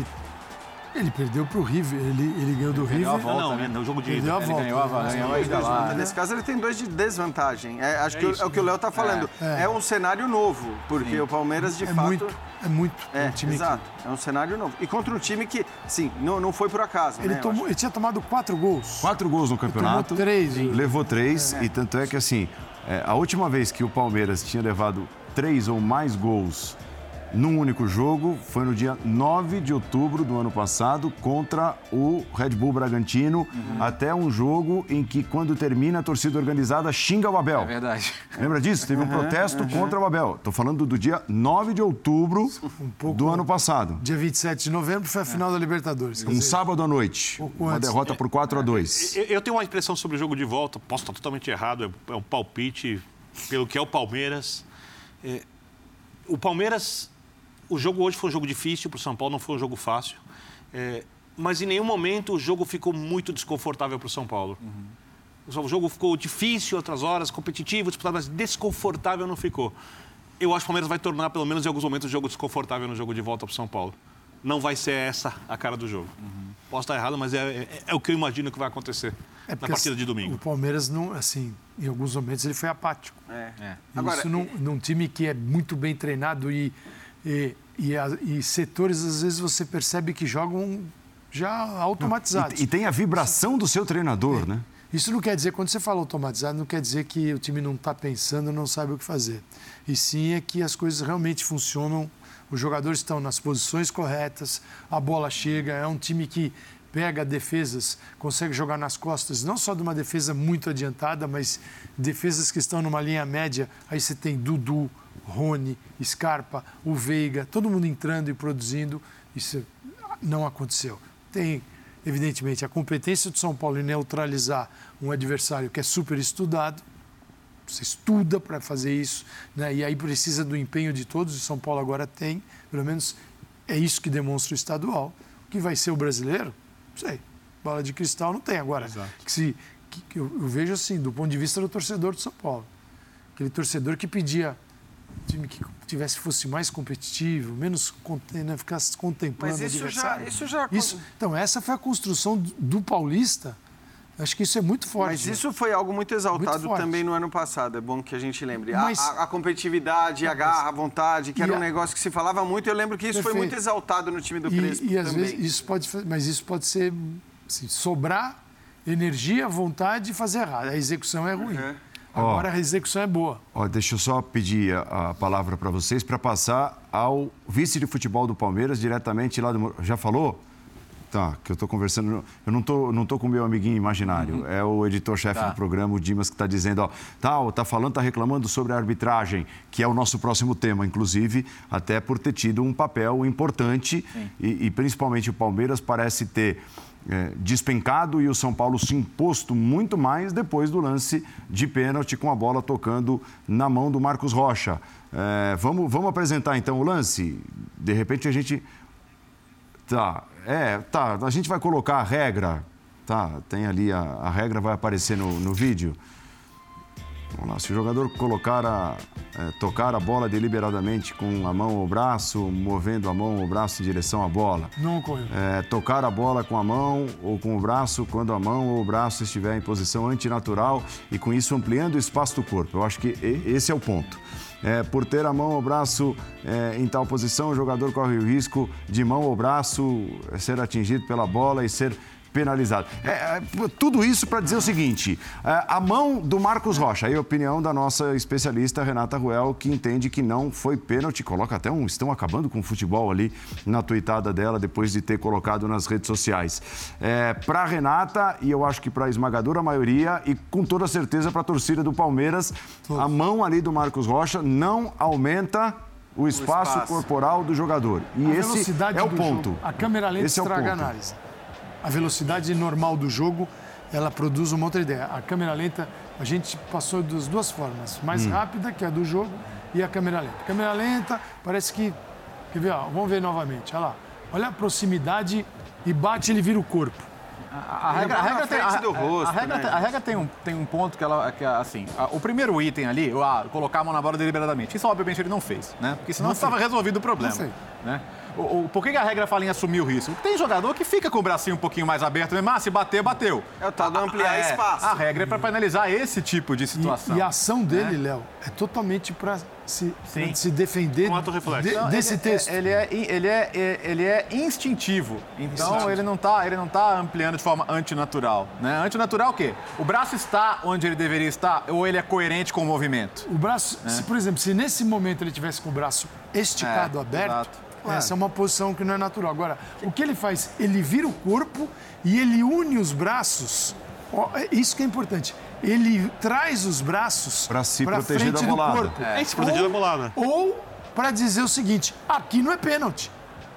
Ele perdeu para o River, ele, ele ganhou do ele River. A volta, não, né? No jogo de ele ida. Deu a volta, ele ganhou a volta, ganhou a ida lá. Nesse caso, ele tem dois de desvantagem. É, acho é que isso, é o que o Léo está falando. É. é um cenário novo, porque Sim. o Palmeiras, de é fato... Muito, é muito. É, um time exato. Que... É um cenário novo. E contra um time que, sim, não, não foi por acaso, ele, né? tomou, ele tinha tomado quatro gols. Quatro gols no campeonato. Tomou três. Levou três. É. E tanto é que, assim, é, a última vez que o Palmeiras tinha levado três ou mais gols num único jogo, foi no dia nove de outubro do ano passado, contra o Red Bull Bragantino, uhum. até um jogo em que, quando termina, a torcida organizada xinga o Abel. É verdade. Lembra disso? Teve um protesto uhum. contra o Abel. Estou falando do dia nove de outubro um pouco, do ano passado. Dia vinte e sete de novembro foi a final é. da Libertadores. Um sábado à noite, um uma antes. derrota por quatro a dois. Eu, eu tenho uma impressão sobre o jogo de volta, posso estar totalmente errado, é um palpite pelo que é o Palmeiras. É, o Palmeiras... O jogo hoje foi um jogo difícil para o São Paulo, não foi um jogo fácil. É, mas em nenhum momento o jogo ficou muito desconfortável para o São Paulo. Uhum. O jogo ficou difícil, outras horas, competitivo, disputado, mas desconfortável não ficou. Eu acho que o Palmeiras vai tornar, pelo menos em alguns momentos, o jogo desconfortável no jogo de volta para o São Paulo. Não vai ser essa a cara do jogo. Uhum. Posso estar errado, mas é, é, é o que eu imagino que vai acontecer é na partida de domingo. O Palmeiras, não, assim, em alguns momentos, ele foi apático. É. É. Agora, Isso num, num time que é muito bem treinado e... E, e, a, e setores, às vezes, você percebe que jogam já automatizados. E, e tem a vibração do seu treinador, é. né? Isso não quer dizer, quando você fala automatizado, não quer dizer que o time não está pensando, não sabe o que fazer. E sim é que as coisas realmente funcionam, os jogadores estão nas posições corretas, a bola chega, é um time que pega defesas, consegue jogar nas costas, não só de uma defesa muito adiantada, mas defesas que estão numa linha média, aí você tem Dudu, Rony, Scarpa, o Veiga, todo mundo entrando e produzindo. Isso não aconteceu. Tem, evidentemente, a competência do São Paulo em neutralizar um adversário que é super estudado. Você estuda para fazer isso, né? E aí precisa do empenho de todos. O São Paulo agora tem, pelo menos é isso que demonstra o estadual. O que vai ser o brasileiro? Não sei. Bola de cristal não tem agora. Que se, que, que eu, eu vejo assim, do ponto de vista do torcedor do São Paulo. Aquele torcedor que pedia time que tivesse fosse mais competitivo, menos né, ficasse contemplando Mas isso o adversário. Já, isso já... Isso, então, essa foi a construção do, do Paulista. Acho que isso é muito forte. Mas isso foi algo muito exaltado muito também no ano passado. É bom que a gente lembre. Mas... A, a, a competitividade, a garra, a vontade, que era um a... negócio que se falava muito. Eu lembro que isso Perfeito. foi muito exaltado no time do Crespo e, e às também. vezes isso pode, mas isso pode ser assim, sobrar energia, vontade e fazer errado. A execução é ruim. Uhum. Agora oh, a execução é boa. Oh, deixa eu só pedir a, a palavra para vocês para passar ao vice de futebol do Palmeiras, diretamente lá do... Já falou? Tá, que eu estou conversando... Eu não tô, não tô com o meu amiguinho imaginário. Uhum. É o editor-chefe tá. do programa, o Dimas, que está dizendo... Ó, tá, tá falando, tá reclamando sobre a arbitragem, que é o nosso próximo tema, inclusive, até por ter tido um papel importante. E, e principalmente o Palmeiras parece ter... É, despencado e o São Paulo se imposto muito mais depois do lance de pênalti com a bola tocando na mão do Marcos Rocha. É, vamos, vamos apresentar então o lance? De repente a gente... Tá, é, tá, a gente vai colocar a regra, tá, tem ali a, a regra, vai aparecer no, no vídeo. Vamos lá, se o jogador colocar a, é, tocar a bola deliberadamente com a mão ou o braço, movendo a mão ou o braço em direção à bola. Não ocorreu. É, tocar a bola com a mão ou com o braço quando a mão ou o braço estiver em posição antinatural e com isso ampliando o espaço do corpo. Eu acho que esse é o ponto. É, por ter a mão ou braço é, em tal posição, o jogador corre o risco de mão ou braço ser atingido pela bola e ser penalizado. É, é, tudo isso para dizer o seguinte, é, a mão do Marcos Rocha, aí a opinião da nossa especialista Renata Ruel, que entende que não foi pênalti, coloca até um, estão acabando com o futebol ali na tuitada dela, depois de ter colocado nas redes sociais. É, para Renata, e eu acho que para a esmagadora maioria, e com toda certeza para a torcida do Palmeiras, Todos. a mão ali do Marcos Rocha não aumenta o espaço, o espaço. corporal do jogador. E a esse é o ponto. Jogo. A câmera lenta esse estraga é a análise. A velocidade normal do jogo, ela produz uma outra ideia. A câmera lenta, a gente passou das duas formas. Mais hum. rápida, que é a do jogo, e a câmera lenta. A câmera lenta, parece que... Quer ver? Ó, vamos ver novamente. Olha lá. Olha a proximidade e bate, ele vira o corpo. A, a, regra, a, regra, tem, a, rosto, a, regra, né? a regra tem um, tem um ponto que ela... Que, assim, a, o primeiro item ali, a, colocar a mão na bola deliberadamente. Isso, obviamente, ele não fez, né? Porque senão estava resolvido o problema. Né? o, o, por que a regra fala em assumir o risco? Porque tem jogador que fica com o bracinho um pouquinho mais aberto, mesmo, ah, se bater, bateu. É o tal de ampliar é, espaço. A regra é para penalizar esse tipo de situação. E, e a ação dele, Léo, é totalmente para se, pra se defender Um autorreflexo. de, Não, desse ele, texto. Ele é, ele, é, ele é instintivo. Então, ele não está ele não tá ampliando de forma antinatural. Né? Antinatural o quê? O braço está onde ele deveria estar ou ele é coerente com o movimento? O braço, se, por exemplo, se nesse momento ele tivesse com o braço esticado, É, aberto, exato. essa é uma posição que não é natural. Agora, o que ele faz? Ele vira o corpo e ele une os braços. Ó, é isso que é importante. Ele traz os braços Pra se pra proteger frente da bolada. do corpo. É, se proteger da bolada. Ou para dizer o seguinte, aqui não é pênalti.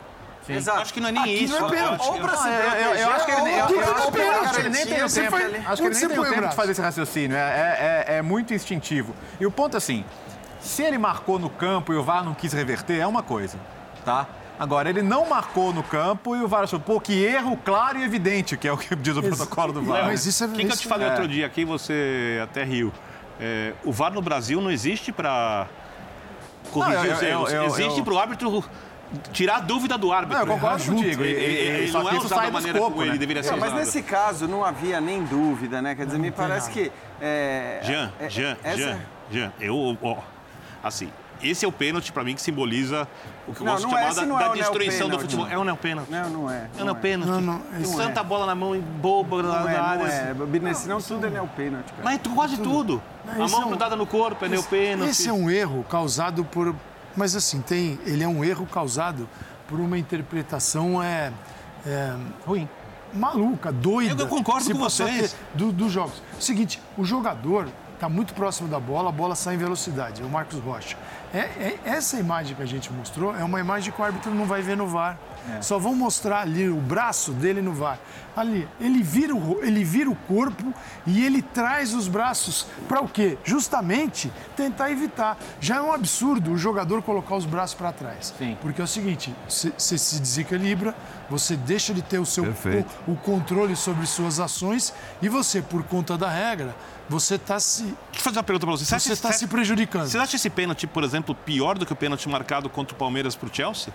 Exato. Acho que não é nem Aqui isso. não é pênalti. Ou pra se Eu, eu, eu proteger, acho que ele, ou- nem- eu, Aqui eu não é acho que pênalti. cara, ele nem tem o Você tempo. foi- Acho que onde ele você nem tem o põe o tempo de braço? fazer esse raciocínio. É, é, é- é muito instintivo. E o ponto é assim, se ele marcou no campo e o V A R não quis reverter, é uma coisa, tá? Agora, ele não marcou no campo e o V A R achou, pô, que erro claro e evidente, que é o que diz o protocolo do V A R. Mas isso é... O que, que eu te isso- falei outro dia aqui, você até riu? É, o V A R no Brasil não existe para corrigir Não, eu- os eu- erros. eu- eu- existe para o árbitro tirar a dúvida do árbitro. Não, eu concordo junto. contigo. Ele, E- e- ele só não que é isso usado sai da do maneira escopo, como ele né? deveria ser Não, mas usado. nesse caso não havia nem dúvida, né? Quer dizer, me parece nada. que... É, Jean, é- Jean, essa- Jean, Jean, eu, ó, assim, esse é o pênalti para mim que simboliza o que eu Não, gosto de não é, chamar esse da, não é da o destruição do neopênalti. futebol. É um neopênalti. Não, não é. É um não neopênalti. Não, não, isso Tanta bola na mão e boba Não na é, área. não é. Bine- Senão tudo é neopênalti, cara. Mas tu- quase tudo. Não, A esse mão é um- grudada no corpo é neopênalti. Esse é um erro causado por... Mas assim, tem, ele é um erro causado por uma interpretação é, é, Ruim. maluca, doida. Eu concordo se com passou a vocês. ter do- dos jogos. O seguinte, o jogador está muito próximo da bola, a bola sai em velocidade, é o Marcos Rocha. É, é- essa imagem que a gente mostrou é uma imagem que o árbitro não vai ver no V A R. Só vão mostrar ali o braço dele no V A R. Ali, ele vira o, ro- ele vira o corpo e ele traz os braços para o quê? Justamente tentar evitar. Já é um absurdo o jogador colocar os braços para trás. Sim. Porque é o seguinte, você você se desequilibra, você deixa de ter o seu Perfeito. o, o controle sobre suas ações e você, por conta da regra, você está se, Deixa eu fazer uma pergunta pra você. Você você acha, está você- se prejudicando. você acha esse pênalti, por exemplo, pior do que o pênalti marcado contra o Palmeiras pro Chelsea?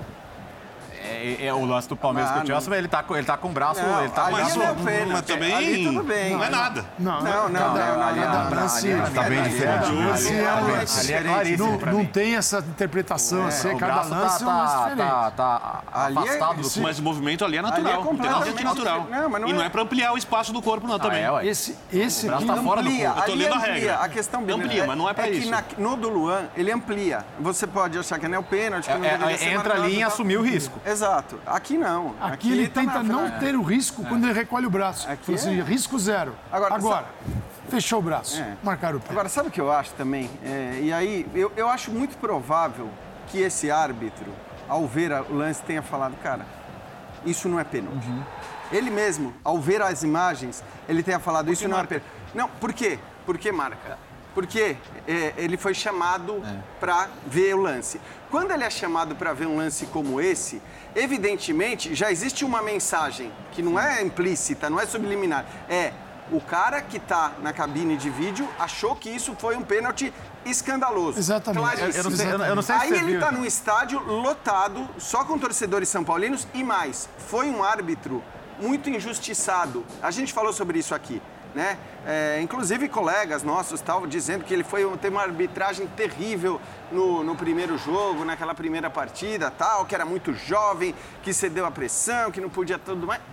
É, é o lance do Palmeiras Ah, com o Chelsea, ele tá, com- ele tá com o braço... Não, ele tá com o ali braço... é neopênalti. Mas também Ali tudo bem. não é nada. Não, Não, não, não, não, ali é- não, não. lance- Tá bem Ali- diferente. ali- Lance ali- é um ali- lance ali é diferente. claríssimo. Não, pra não mim. tem essa interpretação, assim, O cada braço lance tá, é um lance tá, diferente. tá, tá Ali é- afastado do sim. Mas o movimento ali é Ali é natural. não tem nada de completamente antinatural. diferente. Não, mas não e não é- é para ampliar o espaço do corpo, não, também. é, ué. Esse, esse O braço aqui tá fora do Amplia, corpo. Eu tô ali lendo a amplia. regra. A questão, Bina, Amplia, mas não é pra que isso. na- no do Luan, ele amplia. Você pode achar que é neopênalti, que não É, deveria é, ser entra marcado ali e em tal. assumir o risco. Exato. Aqui não. Aqui ele tá tenta na- não na- ter o risco quando ele recolhe o braço. Aqui Fala assim, é- risco zero. Agora, Agora, fechou o braço, É. marcaram o pé. Agora, sabe o que eu acho também? É, e aí, eu, eu acho muito provável que esse árbitro, ao ver a- o lance, tenha falado, cara, isso não é pênalti. Uhum. Ele mesmo, ao ver as imagens, ele tenha falado, isso não é pênalti. Não, por quê? Por que marca? Porque é, ele foi chamado para ver o lance. Quando ele é chamado para ver um lance como esse, evidentemente já existe uma mensagem que não é implícita, não é subliminar. É o cara que está na cabine de vídeo achou que isso foi um pênalti escandaloso. Exatamente. Claríssimo. Eu não sei- eu não- eu não sei se Aí você ele viu. está num estádio lotado, só com torcedores são paulinos e mais. Foi um árbitro muito injustiçado. A gente falou sobre isso aqui. Né? É, inclusive colegas nossos estavam dizendo que ele foi teve uma arbitragem terrível no, no primeiro jogo, naquela primeira partida, tal, que era muito jovem, que cedeu à pressão, que não podia tudo mais.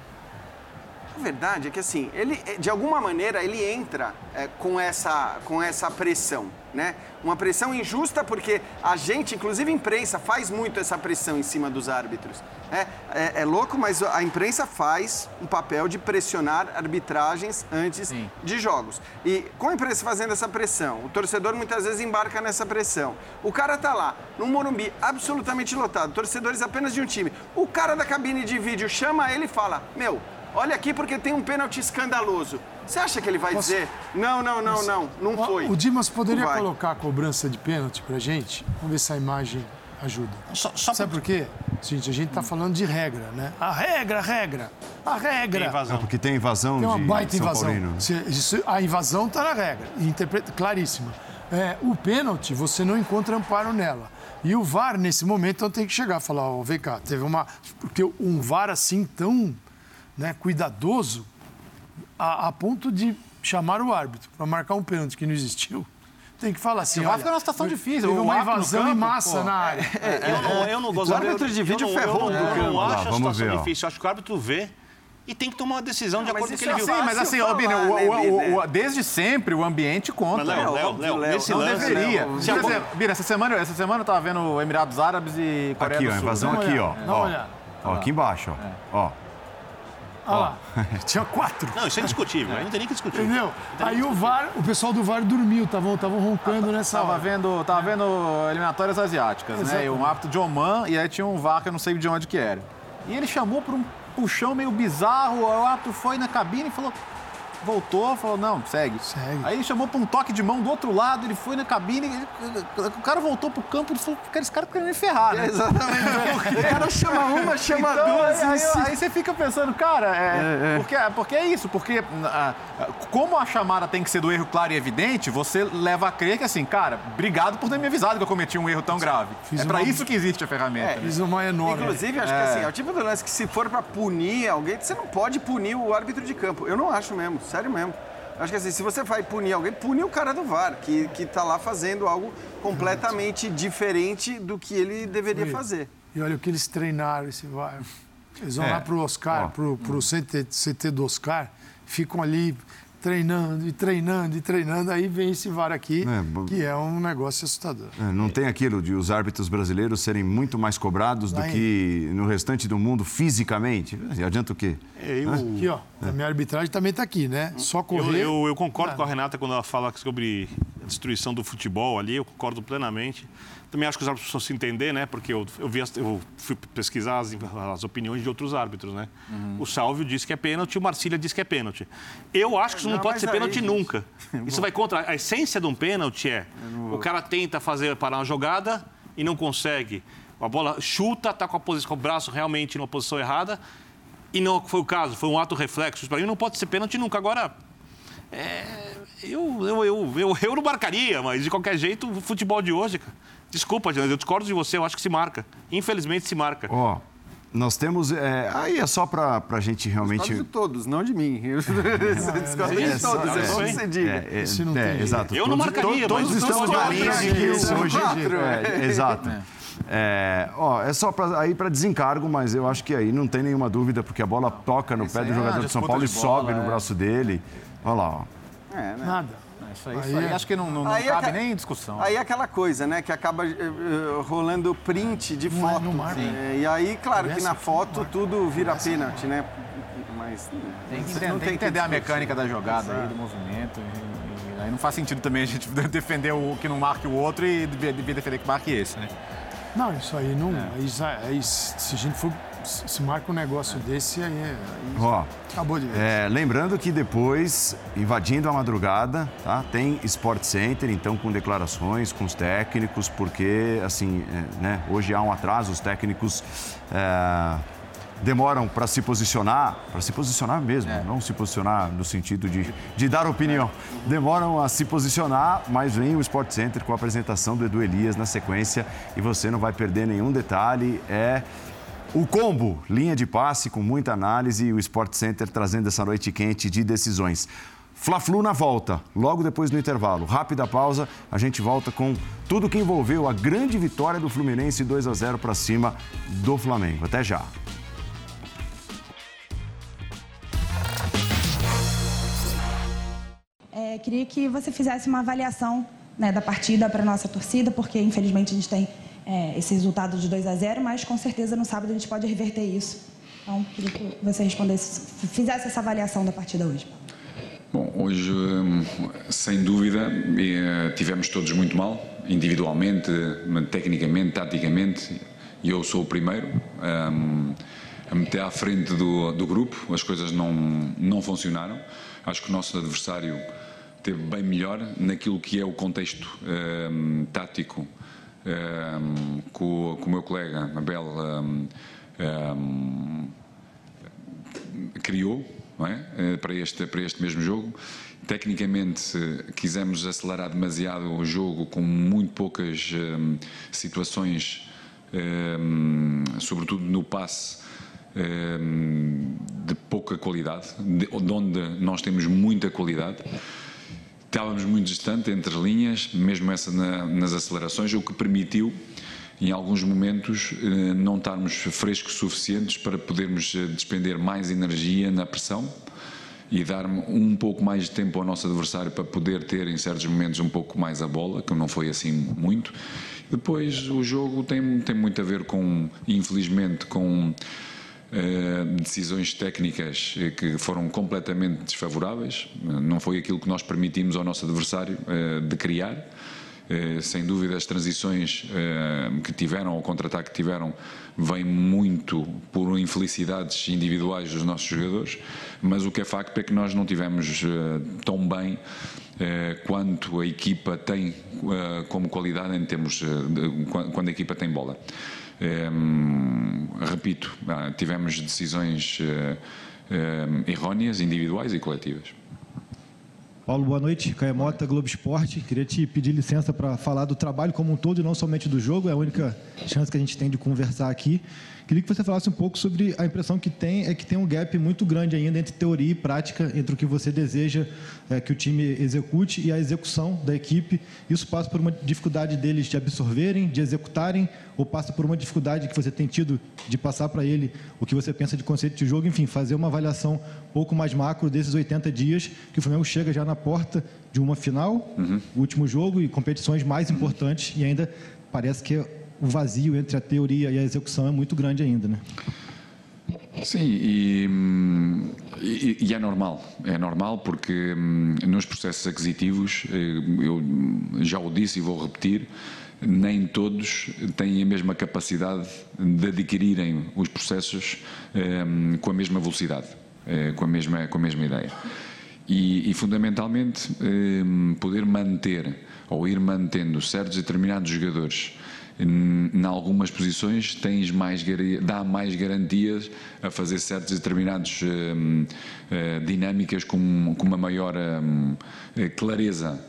A verdade é que assim, ele de alguma maneira ele entra é, com essa com essa pressão, né? Uma pressão injusta porque a gente, inclusive a imprensa, faz muito essa pressão em cima dos árbitros. É, é, é louco, mas a imprensa faz um papel de pressionar arbitragens antes Sim. de jogos. E com a imprensa fazendo essa pressão, o torcedor muitas vezes embarca nessa pressão. O cara tá lá, no Morumbi, absolutamente lotado, torcedores apenas de um time. O cara da cabine de vídeo chama ele e fala, meu, olha aqui porque tem um pênalti escandaloso. Você acha que ele vai Posso- dizer, não, não, não, não, não Ó, foi? O Dimas poderia Não vai. colocar a cobrança de pênalti pra gente? Vamos ver se a imagem ajuda. Só, só Sabe por quê? Gente, a gente tá falando de regra, né? A regra, a regra, a regra. tem É invasão. porque tem invasão Tem uma de baita São invasão. Paulino. Se- isso- a invasão está na regra, interpreta, claríssima. É, o pênalti, você não encontra amparo nela. E o V A R, nesse momento, então, tem que chegar e falar, ó, vem cá, teve uma... Porque um V A R assim tão, né, cuidadoso, a, a ponto de chamar o árbitro para marcar um pênalti que não existiu, tem que falar assim, o V A R fica numa situação difícil. Teve uma invasão em campo, massa pô. na área. É, eu não, eu não gosto. O árbitro de vídeo eu não, ferrou eu do não, campo. eu não acho Lá, a vamos situação ver, ó. difícil. Eu acho que o árbitro vê e tem que tomar uma decisão de Não, mas acordo com o que isso ele é viu. fácil. Sim, mas assim, falar, ô, Bini, né, o- o- Bini? o- o- desde sempre o ambiente conta. Mas, Léo, Não, Léo, óbvio, Léo, Léo, nesse não lance... Deveria. Léo, Por Léo. exemplo, Bira, essa semana, essa semana eu tava vendo Emirados Árabes e Coreia Aqui, do ó, Sul. invasão Dá uma aqui, ó. olhada, dá uma Ó, olhada. ó, aqui embaixo, ó. Ó. Olha lá, tinha quatro. Não, isso é indiscutível. Aí não tem nem que discutir. Entendeu? Aí o V A R, o pessoal do V A R dormiu, estavam roncando nessa Tava hora. vendo, tava vendo eliminatórias asiáticas, né? Exatamente. E um árbitro de Oman, e aí tinha um V A R que eu não sei de onde que era. E ele chamou por um puxão meio bizarro, o árbitro foi na cabine e falou... Voltou, falou, não, segue. Segue. Aí ele chamou para um toque de mão do outro lado, ele foi na cabine, ele- o cara voltou pro campo e falou, cara, esse cara tá querendo me ferrar, né? Exatamente. O cara chama uma, chama Então, duas. aí, e se- aí, aí você fica pensando, cara, é, Porque, porque é isso, porque ah, como a chamada tem que ser do erro claro e evidente, você leva a crer que assim, cara, obrigado por ter me avisado que eu cometi um erro tão grave. Fiz é pra uma- isso que existe a ferramenta. né? Fiz uma enorme. Inclusive, acho que assim, é o tipo do lance que se for pra punir alguém, você não pode punir o árbitro de campo. Eu não acho mesmo, sério mesmo. Acho que assim, se você vai punir alguém, pune o cara do V A R, que, que tá lá fazendo algo completamente diferente do que ele deveria fazer. E olha o que eles treinaram esse V A R. Eles vão É, lá pro Oscar, ó. pro, pro C T, C T do Oscar, ficam ali treinando e treinando e treinando, aí vem esse V A R aqui, É, bom. que é um negócio assustador. É, não tem aquilo de os árbitros brasileiros serem muito mais cobrados do Lá em- que no restante do mundo fisicamente. Adianta o quê? Eu, Aqui, ó, a minha arbitragem também tá aqui, né? Só eu, correr. eu, eu concordo Ah. com a Renata quando ela fala sobre a destruição do futebol ali, eu concordo plenamente. Também acho que os árbitros precisam se entender, né? Porque eu, eu, vi as- eu fui pesquisar as, as opiniões de outros árbitros, né? O Sálvio disse que é pênalti, o Marcília disse que é pênalti. Eu acho que isso não, Não, pode mas ser aí, pênalti gente. nunca. Isso vai contra... A essência de um pênalti é o cara tenta fazer parar uma jogada e não consegue. A bola chuta, tá com, a posição, com o braço realmente numa posição errada e não foi o caso, foi um ato reflexo. Para mim não pode ser pênalti nunca. Agora, é, eu, eu, eu, eu, eu não marcaria, mas de qualquer jeito, o futebol de hoje, cara, desculpa, Jonas, eu discordo de você, eu acho que se marca. Infelizmente se marca. Ó, nós temos... é, aí é só pra, pra gente realmente... Discordo de todos, não de mim. Eu discordo de É, todos, é, é bom que é, você diga. É, é, Isso não é, tem jeito. exato. Eu não Todos- marcaria, to- mas Todos os estamos de dois alinho quatro, que isso né? hoje... Quatro, é, exato. É, ó, é só pra, aí para desencargo, mas eu acho que aí não tem nenhuma dúvida, porque a bola toca no Isso pé aí do é jogador uma de São disputa Paulo e de bola, sobe no é. braço dele. Olha lá, ó. É, né? Nada. Isso aí, Aí isso aí é- acho que não, não, não Aí é cabe ca- nem em discussão. Aí é aquela coisa, né, que acaba eh, eh, rolando print de Não é- foto. não marca. É, e aí, claro que Essa na aqui foto marca. tudo vira pênalti, né? Mas Tem que não entender, tem que entender a discutir. mecânica da jogada aí, do movimento. E, e aí não faz sentido também a gente defender o que não marque o outro e devia devia defender que marque esse, né? Não, isso aí não. Aí, já- aí, se a gente for. Se se marca um negócio desse, aí, é- aí Ó, acabou de ver. é, lembrando que depois, invadindo a madrugada, tá? Tem Sport Center, então com declarações com os técnicos, porque assim, é, né? Hoje há um atraso, os técnicos é, demoram para se posicionar, para se posicionar mesmo, não se posicionar no sentido de, de dar opinião. Demoram a se posicionar, mas vem o Sport Center com a apresentação do Edu Elias na sequência e você não vai perder nenhum detalhe. É o combo, linha de passe com muita análise e o Sport Center trazendo essa noite quente de decisões. Fla-Flu na volta, logo depois do intervalo. Rápida pausa, a gente volta com tudo que envolveu a grande vitória do Fluminense dois a zero para cima do Flamengo. Até já. É, queria que você fizesse uma avaliação, né, da partida para a nossa torcida, porque infelizmente a gente tem é, esse resultado de dois a zero, mas com certeza no sábado a gente pode reverter isso. Então, queria que você respondesse, fizesse essa avaliação da partida hoje. Bom, hoje, hum, sem dúvida, eh, tivemos todos muito mal, individualmente, tecnicamente, taticamente, e eu sou o primeiro hum, a meter à frente do, do grupo. As coisas não, não funcionaram. Acho que o nosso adversário esteve bem melhor naquilo que é o contexto hum, tático hum, que o que o meu colega Abel hum, hum, criou. não é? para, este, para este mesmo jogo. Tecnicamente, quisemos acelerar demasiado o jogo com muito poucas um, situações, um, sobretudo no passe, um, de pouca qualidade, de, de onde nós temos muita qualidade. Estávamos muito distante entre as linhas, mesmo essa na, nas acelerações, o que permitiu, em alguns momentos, não estarmos frescos suficientes para podermos despender mais energia na pressão e dar um pouco mais de tempo ao nosso adversário para poder ter, em certos momentos, um pouco mais a bola, que não foi assim muito. Depois, o jogo tem, tem muito a ver com, infelizmente, com uh, decisões técnicas que foram completamente desfavoráveis. Não foi aquilo que nós permitimos ao nosso adversário uh, de criar. Uh, sem dúvida, as transições uh, que tiveram, o contra-ataque que tiveram, vem muito por infelicidades individuais dos nossos jogadores, mas o que é facto é que nós não tivemos uh, tão bem uh, quanto a equipa tem uh, como qualidade em termos uh, de, quando a equipa tem bola. Um, repito, uh, tivemos decisões uh, uh, erróneas, individuais e coletivas. Paulo, boa noite. Caio Mota, Globo Esporte. Queria te pedir licença para falar do trabalho como um todo e não somente do jogo. É a única chance que a gente tem de conversar aqui. Queria que você falasse um pouco sobre a impressão que tem, é que tem um gap muito grande ainda entre teoria e prática, entre o que você deseja é, que o time execute e a execução da equipe. Isso passa por uma dificuldade deles de absorverem, de executarem, ou passa por uma dificuldade que você tem tido de passar para ele o que você pensa de conceito de jogo, enfim, fazer uma avaliação um pouco mais macro desses oitenta dias que o Flamengo chega já na porta de uma final, uhum. o último jogo e competições mais uhum. importantes, e ainda parece que o vazio entre a teoria e a execução é muito grande ainda, né? Sim, e, e, e é normal, é normal porque nos processos aquisitivos, eu já o disse e vou repetir, nem todos têm a mesma capacidade de adquirirem os processos um, com a mesma velocidade, uh, com, a mesma, com a mesma ideia. E, e fundamentalmente, um, poder manter ou ir mantendo certos determinados jogadores em algumas posições tens mais, dá mais garantias a fazer certas determinadas um, uh, dinâmicas com, com uma maior um, clareza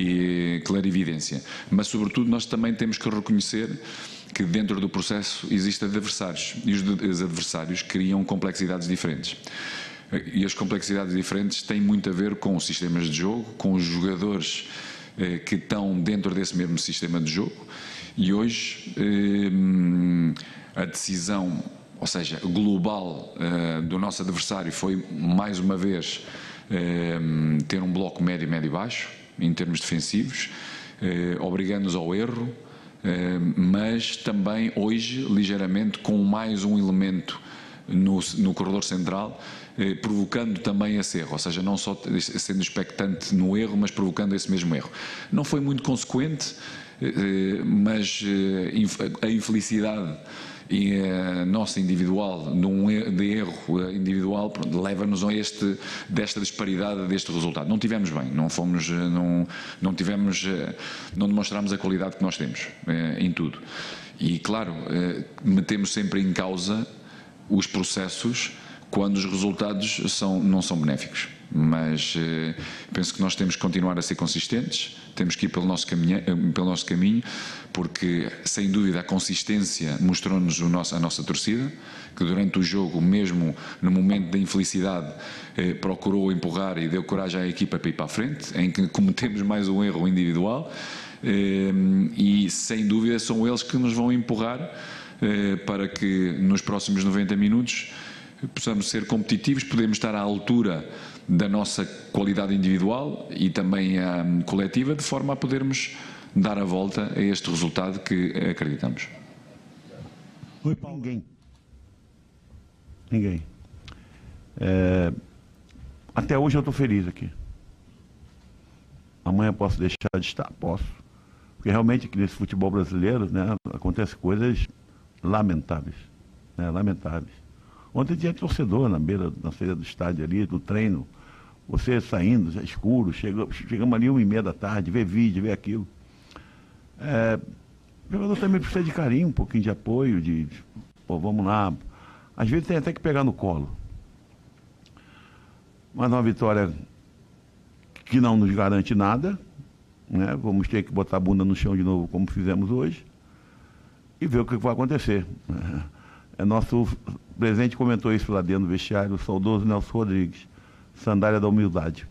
e clarividência. Mas, sobretudo, nós também temos que reconhecer que dentro do processo existem adversários e os adversários criam complexidades diferentes. E as complexidades diferentes têm muito a ver com os sistemas de jogo, com os jogadores eh, que estão dentro desse mesmo sistema de jogo. E hoje eh, a decisão, ou seja, global eh, do nosso adversário foi, mais uma vez, eh, ter um bloco médio, médio e baixo, em termos defensivos, eh, obrigando-nos ao erro, eh, mas também hoje, ligeiramente, com mais um elemento no, no corredor central, eh, provocando também esse erro, ou seja, não só sendo expectante no erro, mas provocando esse mesmo erro. Não foi muito consequente, eh, mas eh, a infelicidade e a nossa individual, num de erro individual, leva-nos a este, desta disparidade deste resultado. Não tivemos bem, não fomos, não, não tivemos, não demonstramos a qualidade que nós temos em tudo. E claro, metemos sempre em causa os processos quando os resultados são, não são benéficos. Mas eh, penso que nós temos que continuar a ser consistentes, temos que ir pelo nosso caminho, pelo nosso caminho porque, sem dúvida, a consistência mostrou-nos o nosso, a nossa torcida, que durante o jogo, mesmo no momento da infelicidade, eh, procurou empurrar e deu coragem à equipa para ir para a frente, em que cometemos mais um erro individual, eh, e, sem dúvida, são eles que nos vão empurrar eh, para que, nos próximos noventa minutos, possamos ser competitivos, podemos estar à altura da nossa qualidade individual e também um, coletiva, de forma a podermos dar a volta a este resultado que acreditamos. Oi, Paulo. Ninguém. Ninguém. É, até hoje eu estou feliz aqui. Amanhã posso deixar de estar? Posso. Porque realmente aqui nesse futebol brasileiro, né, acontecem coisas lamentáveis. Né, lamentáveis. Ontem tinha torcedor na beira, na saída do estádio ali, do treino. Você saindo, já escuro, chegamos, chegamos ali uma e meia da tarde, ver vídeo, ver aquilo. É, o jogador também precisa de carinho, um pouquinho de apoio, de, pô, vamos lá. Às vezes tem até que pegar no colo. mas uma vitória que não nos garante nada, né? Vamos ter que botar a bunda no chão de novo, como fizemos hoje, e ver o que vai acontecer. É, nosso presidente comentou isso lá dentro do vestiário, o saudoso Nelson Rodrigues, sandália da humildade.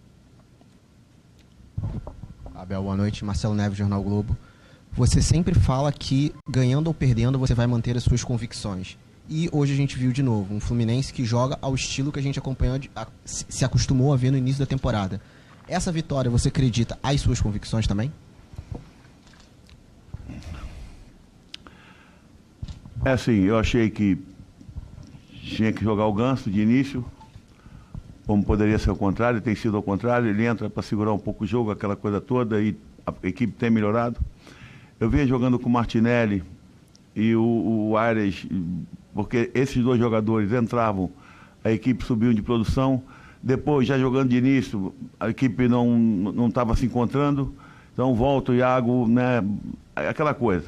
Abel, boa noite. Marcelo Neves, Jornal Globo. Você sempre fala que, ganhando ou perdendo, você vai manter as suas convicções. E hoje a gente viu de novo um Fluminense que joga ao estilo que a gente acompanhou, a, se acostumou a ver no início da temporada. Essa vitória, você acredita às suas convicções também? É assim, eu achei que tinha que jogar o Ganso de início, como poderia ser ao contrário, tem sido ao contrário, ele entra para segurar um pouco o jogo, aquela coisa toda, e a equipe tem melhorado. Eu vinha jogando com o Martinelli e o, o Aires, porque esses dois jogadores entravam, a equipe subiu de produção. Depois, já jogando de início, a equipe não não estava se encontrando. Então, volta o Iago, né? Aquela coisa.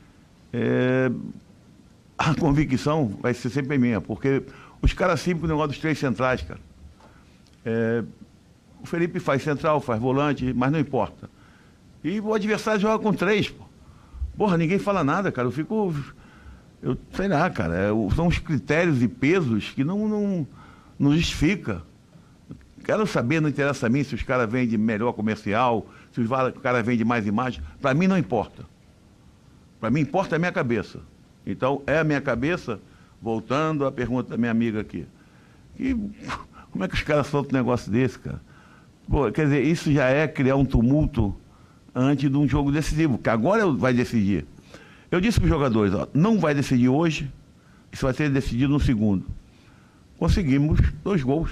É, a convicção vai ser sempre minha, porque os caras sempre o negócio dos três centrais, cara. É, o Felipe faz central, faz volante, mas não importa. E o adversário joga com três, pô. Porra, ninguém fala nada, cara. Eu fico... Eu sei lá, cara. É, são os critérios e pesos que não, não, não justifica. Quero saber, não interessa a mim se os caras vendem melhor comercial, se os caras vendem mais imagem. Para mim não importa. Para mim importa a minha cabeça. Então, é a minha cabeça, voltando à pergunta da minha amiga aqui. E como é que os caras soltam um negócio desse, cara? Pô, quer dizer, isso já é criar um tumulto antes de um jogo decisivo, que agora vai decidir. Eu disse para os jogadores, ó, não vai decidir hoje, isso vai ser decidido no segundo. Conseguimos dois gols.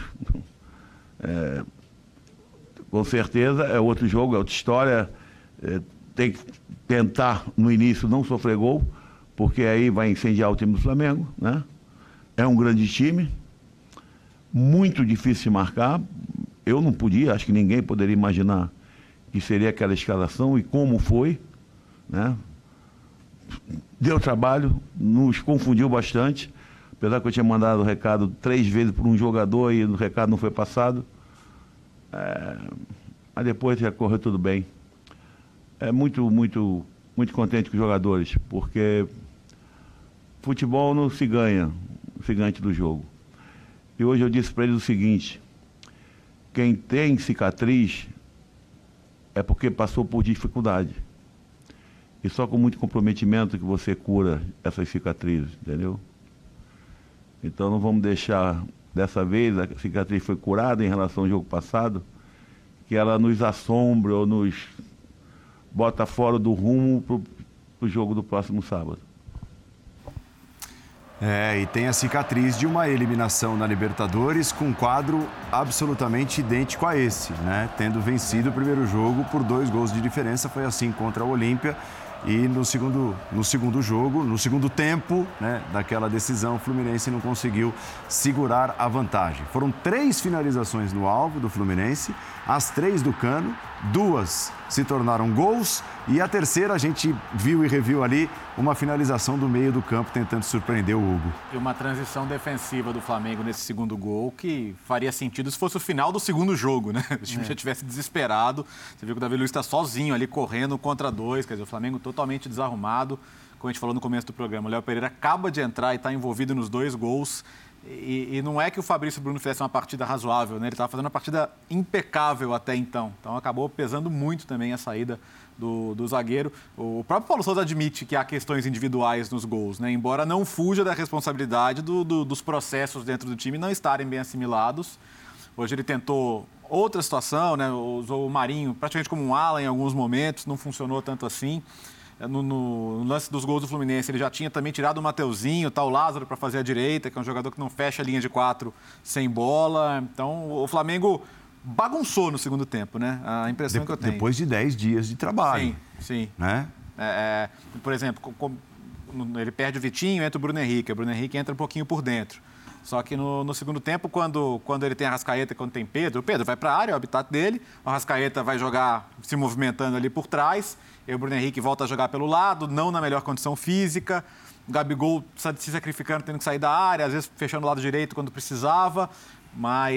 É, com certeza é outro jogo, é outra história. É, tem que tentar no início não sofrer gol, porque aí vai incendiar o time do Flamengo, né? É um grande time, muito difícil de marcar. Eu não podia, acho que ninguém poderia imaginar que seria aquela escalação e como foi, né? Deu trabalho, nos confundiu bastante, apesar que eu tinha mandado o recado três vezes por um jogador e o recado não foi passado. É, mas depois já correu tudo bem. É muito, muito, muito contente com os jogadores, porque futebol não se ganha, se ganha antes do jogo. E hoje eu disse para eles o seguinte: quem tem cicatriz é porque passou por dificuldade. E só com muito comprometimento que você cura essas cicatrizes, entendeu? Então não vamos deixar, dessa vez, a cicatriz foi curada em relação ao jogo passado, que ela nos assombre ou nos bota fora do rumo para o jogo do próximo sábado. É, e tem a cicatriz de uma eliminação na Libertadores com um quadro absolutamente idêntico a esse, né? Tendo vencido o primeiro jogo por dois gols de diferença, foi assim contra o Olímpia. E no segundo, no segundo jogo, no segundo tempo, né, daquela decisão, o Fluminense não conseguiu segurar a vantagem. Foram três finalizações no alvo do Fluminense, as três do Cano, duas se tornaram gols e a terceira a gente viu e reviu ali uma finalização do meio do campo tentando surpreender o Hugo. E uma transição defensiva do Flamengo nesse segundo gol que faria sentido se fosse o final do segundo jogo, né? O time é. já tivesse desesperado. Você viu que o Davi Luiz está sozinho ali correndo contra dois, quer dizer, o Flamengo totalmente desarrumado. Como a gente falou no começo do programa, o Léo Pereira acaba de entrar e está envolvido nos dois gols. E, e não é que o Fabrício Bruno fizesse uma partida razoável, né? Ele estava fazendo uma partida impecável até então. Então acabou pesando muito também a saída do, do zagueiro. O próprio Paulo Sousa admite que há questões individuais nos gols, né? Embora não fuja da responsabilidade do, do, dos processos dentro do time não estarem bem assimilados. Hoje ele tentou outra situação, né? Usou o Marinho praticamente como um ala em alguns momentos, não funcionou tanto assim. No, no, no lance dos gols do Fluminense, ele já tinha também tirado o Mateuzinho, tá, o Lázaro para fazer a direita, que é um jogador que não fecha a linha de quatro sem bola. Então, o Flamengo bagunçou no segundo tempo, né? A impressão de, que eu tenho. Depois de dez dias de trabalho. Sim, sim. Né? É, é, por exemplo, com, ele perde o Vitinho, entra o Bruno Henrique. O Bruno Henrique entra um pouquinho por dentro. Só que no, no segundo tempo, quando, quando ele tem a Arrascaeta, quando tem Pedro, o Pedro vai para a área, é o habitat dele, o Arrascaeta vai jogar se movimentando ali por trás, e o Bruno Henrique volta a jogar pelo lado, não na melhor condição física, o Gabigol se sacrificando, tendo que sair da área, às vezes fechando o lado direito quando precisava, mas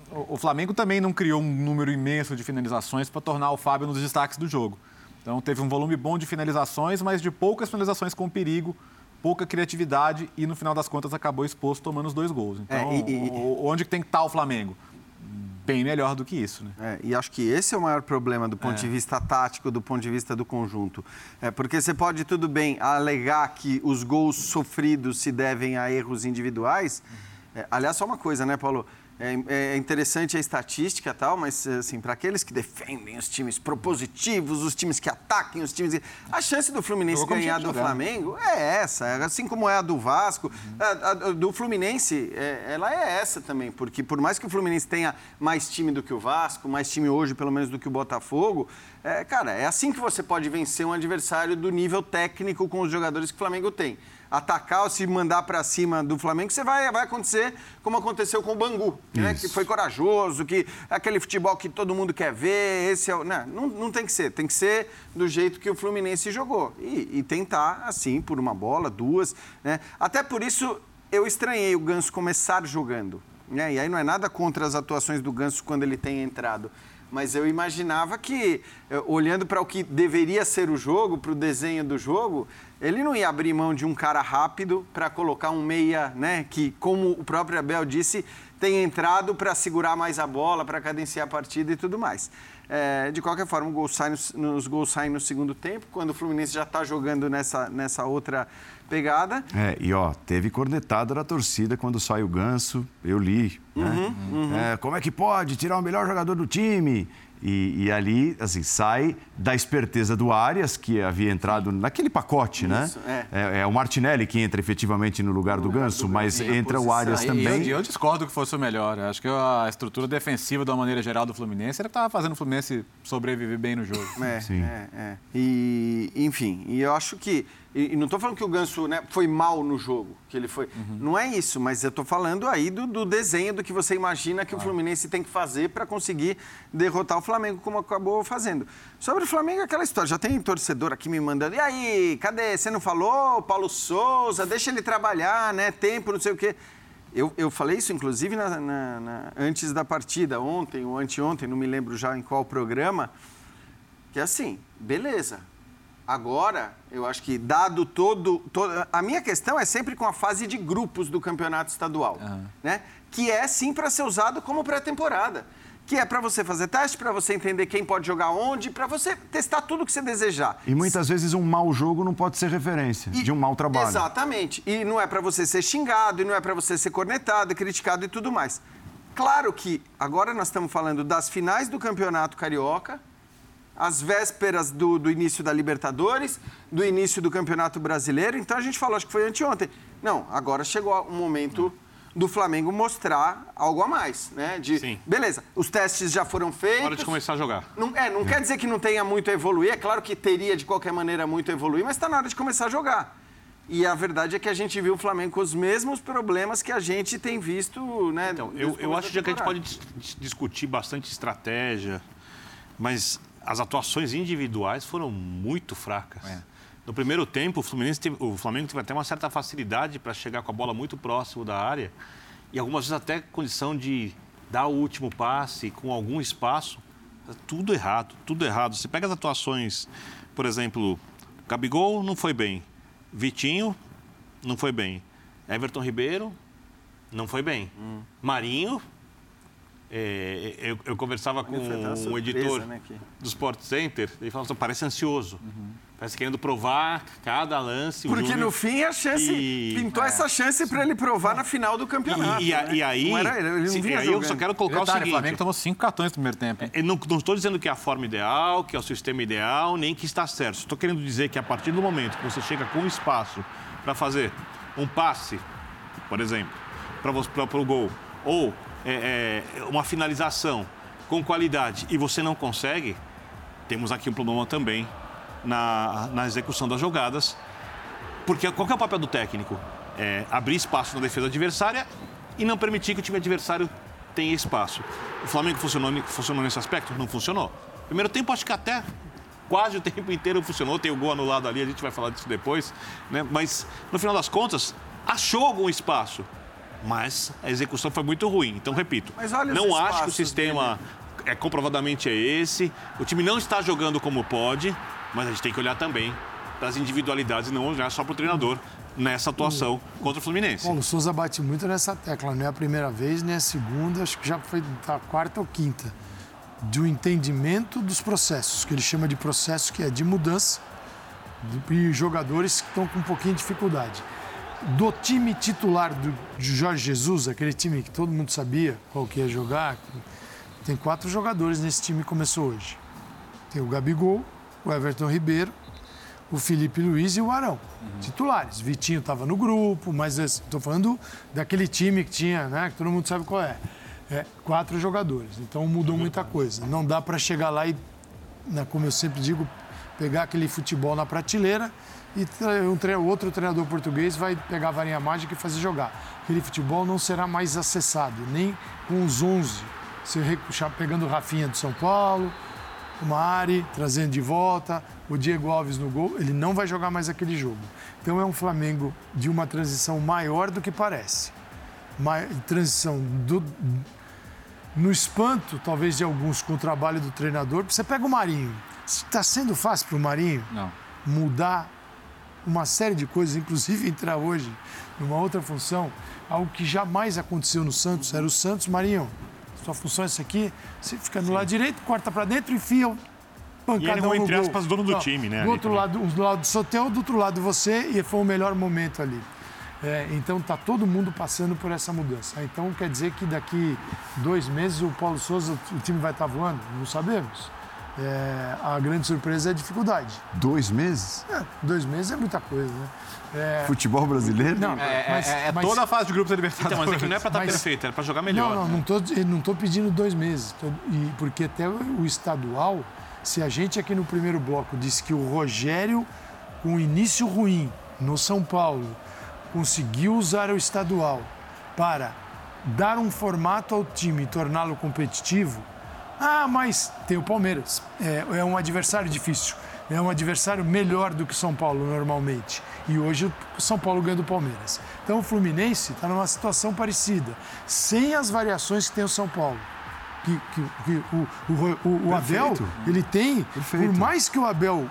o Flamengo também não criou um número imenso de finalizações para tornar o Fábio um dos destaques do jogo. Então, teve um volume bom de finalizações, mas de poucas finalizações com perigo, pouca criatividade e, no final das contas, acabou exposto tomando os dois gols. Então, é, e, e, onde que tem que estar o Flamengo? Bem melhor do que isso, né? É, e acho que esse é o maior problema do ponto É. de vista tático, do ponto de vista do conjunto. É, porque você pode, tudo bem, alegar que os gols sofridos se devem a erros individuais. É, aliás, só uma coisa, né, Paulo? É, é interessante a estatística e tal, mas, assim, para aqueles que defendem os times propositivos, os times que ataquem, os times... A chance do Fluminense ganhar do Flamengo é essa, assim como é a do Vasco. Uhum. A, a do Fluminense, é, ela é essa também, porque por mais que o Fluminense tenha mais time do que o Vasco, mais time hoje, pelo menos, do que o Botafogo, é, cara, é assim que você pode vencer um adversário do nível técnico com os jogadores que o Flamengo tem. Atacar ou se mandar para cima do Flamengo, você vai, vai acontecer como aconteceu com o Bangu, né? Que foi corajoso, que aquele futebol que todo mundo quer ver, esse é o... Não, não, não tem que ser, tem que ser do jeito que o Fluminense jogou e, e tentar, assim, por uma bola, duas, né? Até por isso eu estranhei o Ganso começar jogando, né? E aí não é nada contra as atuações do Ganso quando ele tem entrado, mas eu imaginava que, olhando para o que deveria ser o jogo, para o desenho do jogo, ele não ia abrir mão de um cara rápido para colocar um meia, né, que, como o próprio Abel disse, tem entrado para segurar mais a bola, para cadenciar a partida e tudo mais. É, de qualquer forma, o gol sai no, os gols saem no segundo tempo, quando o Fluminense já está jogando nessa, nessa outra pegada. É, e ó, teve cornetada da torcida quando sai o Ganso, eu li, né? Uhum, uhum. É, como é que pode tirar o melhor jogador do time? E, e ali, assim, sai da esperteza do Arias, que havia entrado naquele pacote, Isso, né? é. É, é o Martinelli que entra efetivamente no lugar, no do, lugar Ganso, do Ganso, mas entra o Arias E também. eu, eu discordo que fosse o melhor. Eu acho que a estrutura defensiva, de uma maneira geral, do Fluminense, era que estava fazendo o Fluminense sobreviver bem no jogo. É, Sim. é, é. E, enfim, e eu acho que... E, e não estou falando que o Ganso, né, foi mal no jogo, que ele foi... Uhum. Não é isso, mas eu estou falando aí do, do desenho do que você imagina que ah. o Fluminense tem que fazer para conseguir derrotar o Flamengo, como acabou fazendo. Sobre o Flamengo, aquela história. Já tem torcedor aqui me mandando, e aí, cadê? Você não falou? Paulo Souza, deixa ele trabalhar, né? Tempo, não sei o quê. Eu, eu falei isso, inclusive, na, na, na, antes da partida, ontem ou anteontem, não me lembro já em qual programa, que é assim, beleza. Agora, eu acho que dado todo, todo... A minha questão é sempre com a fase de grupos do campeonato estadual, uhum. né? Que é, sim, para ser usado como pré-temporada. Que é para você fazer teste, para você entender quem pode jogar onde, para você testar tudo o que você desejar. E muitas vezes um mau jogo não pode ser referência e, de um mau trabalho. Exatamente. E não é para você ser xingado, e não é para você ser cornetado, criticado e tudo mais. Claro que agora nós estamos falando das finais do Campeonato Carioca, às vésperas do, do início da Libertadores, do início do Campeonato Brasileiro. Então, a gente falou, acho que foi anteontem. Não, agora chegou o momento do Flamengo mostrar algo a mais, né? De, Sim. Beleza, os testes já foram feitos. Hora de começar a jogar. Não, é, não é. quer dizer que não tenha muito a evoluir. É claro que teria, de qualquer maneira, muito a evoluir, mas está na hora de começar a jogar. E a verdade é que a gente viu o Flamengo com os mesmos problemas que a gente tem visto, né? Então, eu, eu acho que a gente pode discutir bastante estratégia, mas... As atuações individuais foram muito fracas. É. No primeiro tempo, o, Fluminense teve, o Flamengo teve até uma certa facilidade para chegar com a bola muito próximo da área e algumas vezes até condição de dar o último passe com algum espaço. Tudo errado, tudo errado. Você pega as atuações, por exemplo, Gabigol não foi bem, Vitinho não foi bem, Everton Ribeiro não foi bem, hum. Marinho... É, eu, eu conversava com um um editor, né, do Sport Center, ele falava assim, parece ansioso, uhum. parece querendo provar cada lance. Porque Júnior, no fim a chance, e... pintou é. essa chance para ele provar na final do campeonato. E, e, né? e aí, não era ele, ele não se, aí eu só quero colocar Detalhe, o seguinte... O Flamengo tomou cinco cartões no primeiro tempo. Eu não, não estou dizendo que é a forma ideal, que é o sistema ideal, nem que está certo. Estou querendo dizer que a partir do momento que você chega com espaço para fazer um passe, por exemplo, para o gol, ou... É, é, uma finalização com qualidade e você não consegue, temos aqui um problema também na, na execução das jogadas. Porque qual que é o papel do técnico? É abrir espaço na defesa adversária e não permitir que o time adversário tenha espaço. O Flamengo funcionou, funcionou nesse aspecto? Não funcionou. Primeiro tempo, acho que até quase o tempo inteiro funcionou. Tem o gol anulado ali, a gente vai falar disso depois, né? Mas, no final das contas, achou algum espaço. mas a execução foi muito ruim. Então, repito, Mas olha os não acho que o espaços sistema é comprovadamente é esse. O time não está jogando como pode, mas a gente tem que olhar também para as individualidades e não olhar só para o treinador nessa atuação contra o Fluminense. Paulo Souza bate muito nessa tecla, não é a primeira vez, nem a segunda, acho que já foi a quarta ou quinta, de um entendimento dos processos, que ele chama de processo que é de mudança, e jogadores que estão com um pouquinho de dificuldade. Do time titular do, de Jorge Jesus, aquele time que todo mundo sabia qual que ia jogar, tem quatro jogadores nesse time que começou hoje. Tem o Gabigol, o Everton Ribeiro, o Felipe Luiz e o Arão, uhum. titulares. Vitinho estava no grupo, mas estou falando daquele time que tinha, né, que todo mundo sabe qual é. é quatro jogadores, então mudou muita coisa. Não dá para chegar lá e, né, como eu sempre digo, pegar aquele futebol na prateleira e um tre- outro treinador português vai pegar a varinha mágica e fazer jogar. Aquele futebol não será mais acessado, nem com os onze. Você pegando o Rafinha do São Paulo, o Mari trazendo de volta, o Diego Alves no gol, ele não vai jogar mais aquele jogo. Então é um Flamengo de uma transição maior do que parece. Uma transição do, no espanto, talvez, de alguns com o trabalho do treinador. Você pega o Marinho. Está sendo fácil para o Marinho não. mudar uma série de coisas, inclusive entrar hoje numa outra função, algo que jamais aconteceu no Santos. Era o Santos, Marinho, sua função é essa aqui, você fica no Sim. lado direito, corta para dentro e enfia o pancadão e ele, entre no aspas, dono do não, time, né? Do outro lado, do lado do Sotel, do outro lado você, e foi o melhor momento ali. É, então está todo mundo passando por essa mudança. Então quer dizer que daqui dois meses o Paulo Souza, o time vai estar voando? Não sabemos. É, a grande surpresa é a dificuldade. Dois meses? É, dois meses é muita coisa, né? É... Futebol brasileiro? Não, é, mas, é, é mas... toda a fase de grupos da Libertadores. Então, mas é que não é para estar mas... perfeito, é para jogar melhor. Não, não, não estou não tô pedindo dois meses. Tô, e, porque até o estadual, se a gente aqui no primeiro bloco disse que o Rogério, com início ruim no São Paulo, conseguiu usar o estadual para dar um formato ao time e torná-lo competitivo. Ah, mas tem o Palmeiras. É, é um adversário difícil. É um adversário melhor do que o São Paulo normalmente. E hoje o São Paulo ganha do Palmeiras. Então o Fluminense está numa situação parecida, sem as variações que tem o São Paulo. Que, que, que o, o, o, o Abel, ele tem, Perfeito. Por mais que o Abel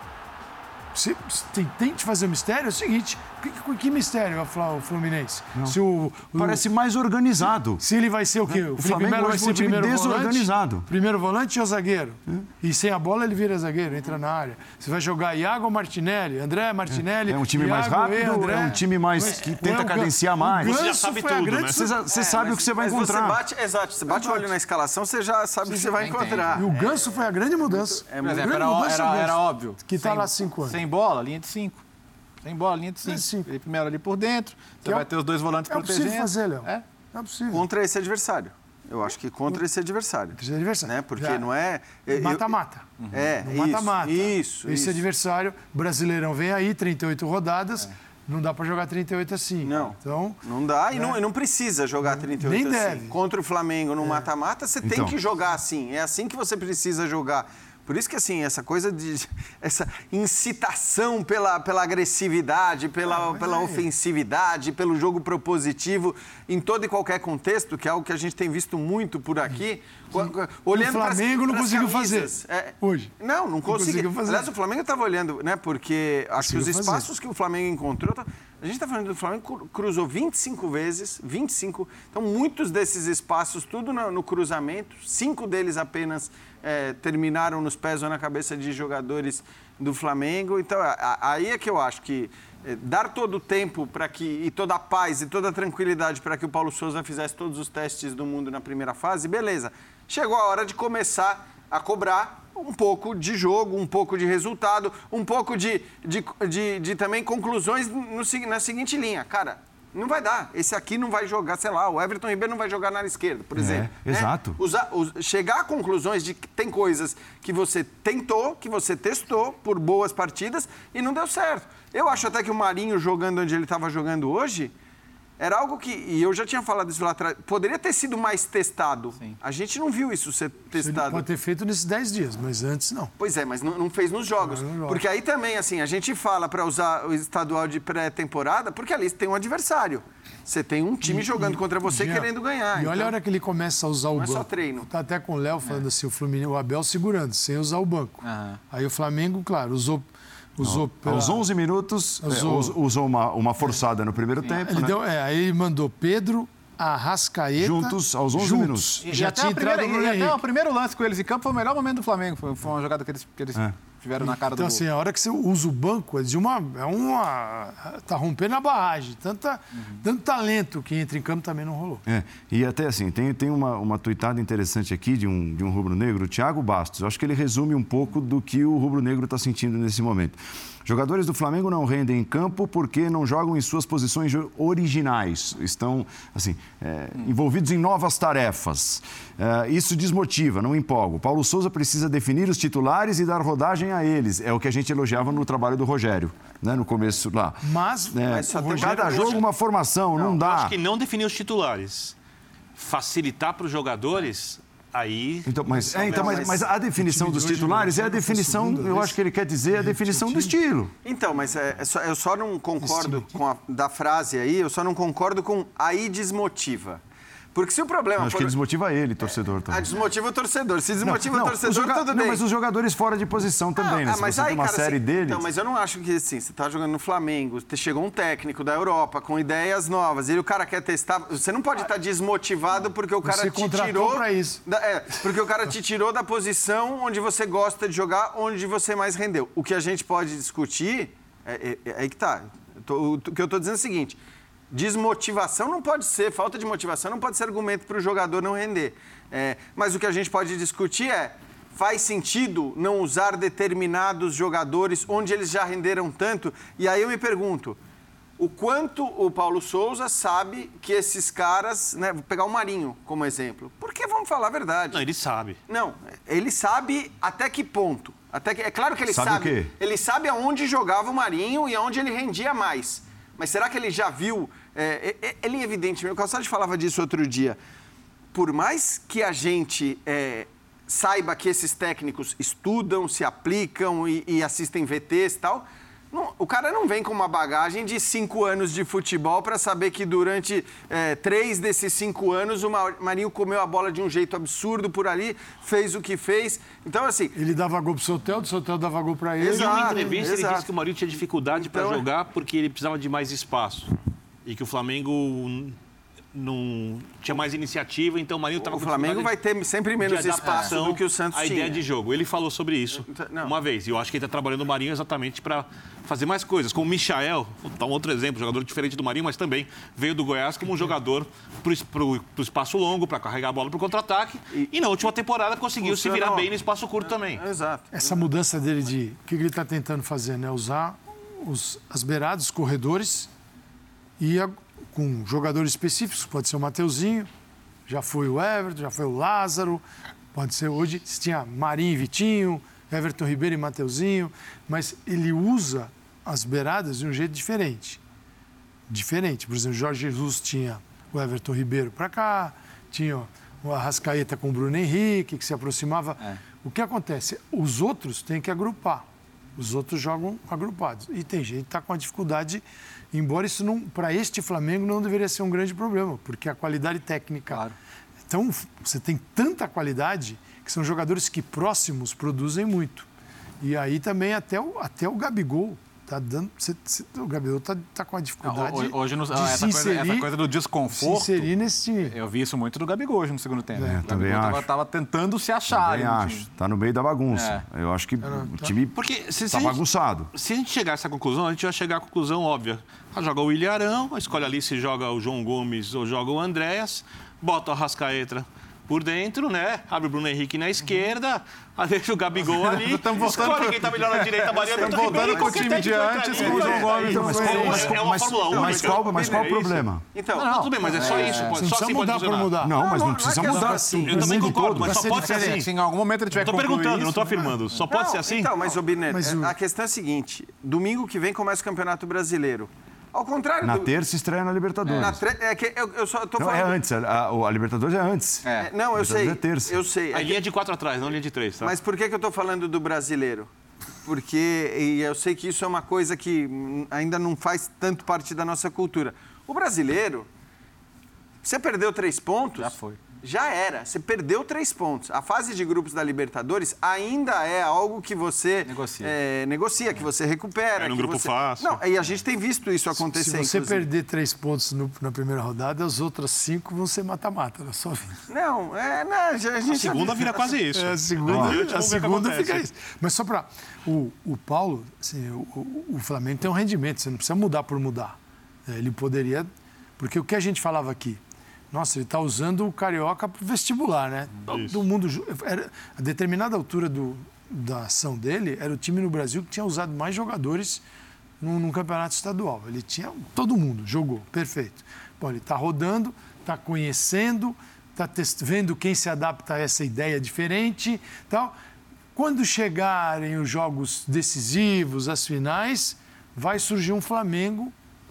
se, se, tente fazer um mistério, é o seguinte, que, que mistério vai falar o Fluminense? Se o, o, Parece mais organizado. Se ele vai ser o quê? O, o Felipe Melo vai ser um primeiro desorganizado. Volante, primeiro volante ou zagueiro? É. E sem a bola ele vira zagueiro, entra na área. Você vai jogar Iago ou Martinelli? André, Martinelli. É, é um time Iago, mais rápido, André, é um time mais que tenta é, cadenciar mais. Você já sabe tudo, né? Você, você é, sabe mas, o que você vai mas encontrar. Você bate, exato, você bate o olho na escalação, você já sabe o que você vai encontrar. E o Ganso foi a grande mudança. É, Por exemplo, era, mudança era, era óbvio. Que está lá cinco anos. Sem bola, linha de cinco. Sem bola, linha de cinco. É cinco. Ele primeiro ali por dentro, você é vai ter os dois volantes é protegendo. É possível fazer, Léo. É? É possível. Contra esse adversário. Eu acho que contra esse adversário. Esse adversário. Né? Porque Já. não é... Mata-mata. Uhum. É, mata-mata. Isso, isso. Esse isso. adversário, Brasileirão vem aí, trinta e oito rodadas, é. não dá para jogar trinta e oito assim. Não, então, não dá e, é. não, e não precisa jogar trinta e oito Nem assim. deve. Contra o Flamengo no mata-mata, é. você então. tem que jogar assim. É assim que você precisa jogar. Por isso que, assim, essa coisa de... essa incitação pela, pela agressividade, pela, ah, pela é. ofensividade, pelo jogo propositivo, em todo e qualquer contexto, que é algo que a gente tem visto muito por aqui. Que, olhando o Flamengo pras, não conseguiu camisas, fazer é, hoje. Não, não conseguiu. Fazer. Aliás, o Flamengo estava olhando, né? Porque acho conseguiu que os espaços fazer. que o Flamengo encontrou... A gente está falando do Flamengo cruzou vinte e cinco vezes, vinte e cinco. Então, muitos desses espaços, tudo no, no cruzamento, cinco deles apenas é, terminaram nos pés ou na cabeça de jogadores do Flamengo. Então, a, a, aí é que eu acho que é, dar todo o tempo para que, e toda a paz e toda a tranquilidade para que o Paulo Souza fizesse todos os testes do mundo na primeira fase, beleza. Chegou a hora de começar a cobrar um pouco de jogo, um pouco de resultado, um pouco de, de, de, de também conclusões no, na seguinte linha. Cara, não vai dar. Esse aqui não vai jogar, sei lá, o Everton Ribeiro não vai jogar na área esquerda, por exemplo. É, né? Exato. Usar, us, chegar a conclusões de que tem coisas que você tentou, que você testou por boas partidas e não deu certo. Eu acho até que o Marinho jogando onde ele estava jogando hoje, era algo que, e eu já tinha falado isso lá atrás, poderia ter sido mais testado. Sim. A gente não viu isso ser testado. Ele pode ter feito nesses dez dias, mas antes não. Pois é, mas não, não fez nos jogos. Não, não joga. Porque aí também, assim, a gente fala para usar o estadual de pré-temporada, porque ali tem um adversário. Você tem um time E- jogando e- contra você Jean, querendo ganhar. E olha então- a hora que ele começa a usar o Não é banco. só treino. Tá até com o Léo falando assim, o Fluminense, o Abel segurando, sem usar o banco. Aham. Aí o Flamengo, claro, usou... usou pela- Aos onze minutos, é, Usou- us- usou uma, uma forçada no primeiro tempo, Ele né? deu, é, aí ele mandou Pedro, Arrascaeta... Juntos aos onze juntos. minutos. E, Já até tinha a primeira, entrado o Bruno e até Henrique. o primeiro lance com eles em campo foi o melhor momento do Flamengo. Foi, foi uma jogada que eles, que eles tiveram na cara Então, do assim, gol. a hora que você usa o banco, é de uma. É uma tá rompendo a barragem. Tanta, Tanto talento que entra em campo também não rolou. É, e até assim, tem, tem uma, uma tuitada interessante aqui de um, de um rubro-negro, o Thiago Bastos. Eu acho que ele resume um pouco do que o rubro-negro está sentindo nesse momento. Jogadores do Flamengo não rendem em campo porque não jogam em suas posições originais. Estão, assim, é, envolvidos em novas tarefas. É, isso desmotiva, não empolga. O Paulo Souza precisa definir os titulares e dar rodagem a eles. É o que a gente elogiava no trabalho do Rogério, né, no começo lá. Mas, É, mas só tem- cada jogo uma formação, não, Eu dá. acho que não definir os titulares. Facilitar para os jogadores, aí... Então, mas, é, então, Não, mas, mas mas a definição o time dos de hoje titulares é a não foi a definição, segunda eu vez acho que ele quer dizer, a que definição do repetiu o estilo. Então, mas é, é só, eu só não concordo com a da frase aí, eu só não concordo com aí desmotiva. Porque se o problema... Acho for- que desmotiva ele, torcedor. Ah, também. desmotiva o torcedor. Se desmotiva Não, o os torcedor, joga- tudo não, bem. mas os jogadores fora de posição também, né? Ah, Se mas você aí, tem uma cara, série assim, deles... Então, mas eu não acho que, assim, você tá jogando no Flamengo, te- chegou um técnico da Europa com ideias novas, e o cara quer testar... Você não pode estar desmotivado porque o cara Você te contratou tirou... pra isso. da- é, porque o cara te tirou da posição onde você gosta de jogar, onde você mais rendeu. O que a gente pode discutir, é, é, é aí que tá. Eu tô- o que eu tô dizendo é o seguinte... Desmotivação não pode ser, falta de motivação não pode ser argumento para o jogador não render. É, mas o que a gente pode discutir é, faz sentido não usar determinados jogadores onde eles já renderam tanto? E aí eu me pergunto, o quanto o Paulo Souza sabe que esses caras, né, vou pegar o Marinho como exemplo, porque vamos falar a verdade. Não, ele sabe. Não, ele sabe até que ponto. Até que, é claro que ele Sabe sabe. o quê? Ele sabe aonde jogava o Marinho e aonde ele rendia mais. Mas será que ele já viu? É, é, ele, evidentemente, o Calçade falava disso outro dia. Por mais que a gente é, saiba que esses técnicos estudam, se aplicam e, e assistem V Ts e tal, não, o cara não vem com uma bagagem de cinco anos de futebol para saber que durante é, três desses cinco anos o Marinho comeu a bola de um jeito absurdo por ali, fez o que fez. Então, assim... Ele dava gol pro Sotel, o Sotel dava gol pra ele. Em uma Exato, entrevista, ele exato. disse que o Marinho tinha dificuldade Então, para é- jogar porque ele precisava de mais espaço. E que o Flamengo n- não tinha mais iniciativa, então o Marinho estava O com Flamengo vai dificuldade ter sempre de menos espaço adaptação do que o Santos à tinha. ideia de jogo. Ele falou sobre isso Então, não. uma vez. E eu acho que ele está trabalhando o Marinho exatamente para fazer mais coisas. Como o Michael, vou dar um outro exemplo, jogador diferente do Marinho, mas também veio do Goiás como um jogador para o espaço longo, para carregar a bola para o contra-ataque. E, e na última temporada conseguiu se virar Funcionou. bem no espaço curto também. Exato. Essa mudança dele de... O que ele está tentando fazer, né? Usar os, as beiradas, os corredores e a- com jogadores específicos. Pode ser o Mateuzinho, já foi o Everton, já foi o Lázaro. Pode ser hoje, se tinha Marinho e Vitinho, Everton Ribeiro e Mateuzinho. Mas ele usa as beiradas de um jeito diferente. Diferente. Por exemplo, o Jorge Jesus tinha o Everton Ribeiro para cá, tinha o Arrascaeta com o Bruno Henrique, que se aproximava. É. O que acontece? Os outros têm que agrupar. Os outros jogam agrupados. E tem gente que está com a dificuldade, embora isso não, para este Flamengo não deveria ser um grande problema, porque a qualidade técnica. Claro. Então, você tem tanta qualidade que são jogadores que próximos produzem muito. E aí também até o, até o Gabigol tá dando. Você, você, o Gabigol tá, tá com a Não, dificuldade hoje, hoje no- de essa, se coisa, inserir, essa coisa do se desconforto. inserir nesse time. Eu vi isso muito do Gabigol hoje no segundo tempo. É, o também Gabigol tava, acho. tava tentando se achar. Também ali no acho. time. Tá no meio da bagunça. Eu acho que o time Porque se, se tá a gente- bagunçado. Se a gente chegar a essa conclusão, a gente vai chegar à conclusão óbvia. Ah, joga o William Arão, escolhe ali se joga o João Gomes ou joga o Andréas, bota o Arrascaeta por dentro, né? Abre o Bruno Henrique na esquerda, aí deixa o Gabigol ali, Estamos voltando escolhe pro- quem tá melhor na direita, Maria Estamos Everton voltando Ribeiro, com o qualquer time de técnico entra antes, ali, com o João vai. Gomes. Então, mas, É qual, uma- mas, é uma mas, Fórmula um, mas né? qual, mas qual o É isso. problema? Então, Não, tudo bem, mas é só isso. Você Pode, não só precisa assim pode mudar por funcionar. mudar. Não, mas não, não, precisa não é que mudar é assim. Eu também concordo, mas Vai só ser pode ser diferente. assim. Se em algum momento ele tiver Eu tô concluído perguntando, não isso, tô afirmando. Só pode Não, ser assim? Então, mas, ô Biner, Mas o- a questão é a seguinte: domingo que vem começa o Campeonato Brasileiro. Ao contrário Na do... terça estreia na Libertadores. Na tre... É que eu, eu só tô Não, falando... é antes. A, a Libertadores é antes. É. Não, eu sei. É terça. Eu sei. A É linha que... de quatro atrás, não linha de três, tá? Mas por que, que eu tô falando do brasileiro? Porque e eu sei que isso é uma coisa que ainda não faz tanto parte da nossa cultura. O brasileiro, você perdeu três pontos... Já foi. Já era. Você perdeu três pontos. A fase de grupos da Libertadores ainda é algo que você... Negocia. É, negocia, que você recupera. É no que grupo você... fácil. Não, e a gente tem visto isso acontecer, Se você inclusive. perder três pontos no- na primeira rodada, as outras cinco vão ser mata-mata na sua vida. Não, é... Não, a gente A segunda vira quase isso. É, a segunda, Ó, a vamos ver o que segunda acontece. fica isso. Mas só para... O, o Paulo, assim, o, o- o Flamengo tem um rendimento, você não precisa mudar por mudar. É, ele poderia... Porque o que a gente falava aqui? Nossa, ele está usando o Carioca para o vestibular, né? Isso. Todo mundo... ju- Era, a determinada altura do, da ação dele, era o time no Brasil que tinha usado mais jogadores num, num campeonato estadual. Ele tinha... Todo mundo jogou, perfeito. Bom, ele está rodando, está conhecendo, está vendo quem se adapta a essa ideia diferente, tal. Quando chegarem os jogos decisivos, as finais, vai surgir um Flamengo,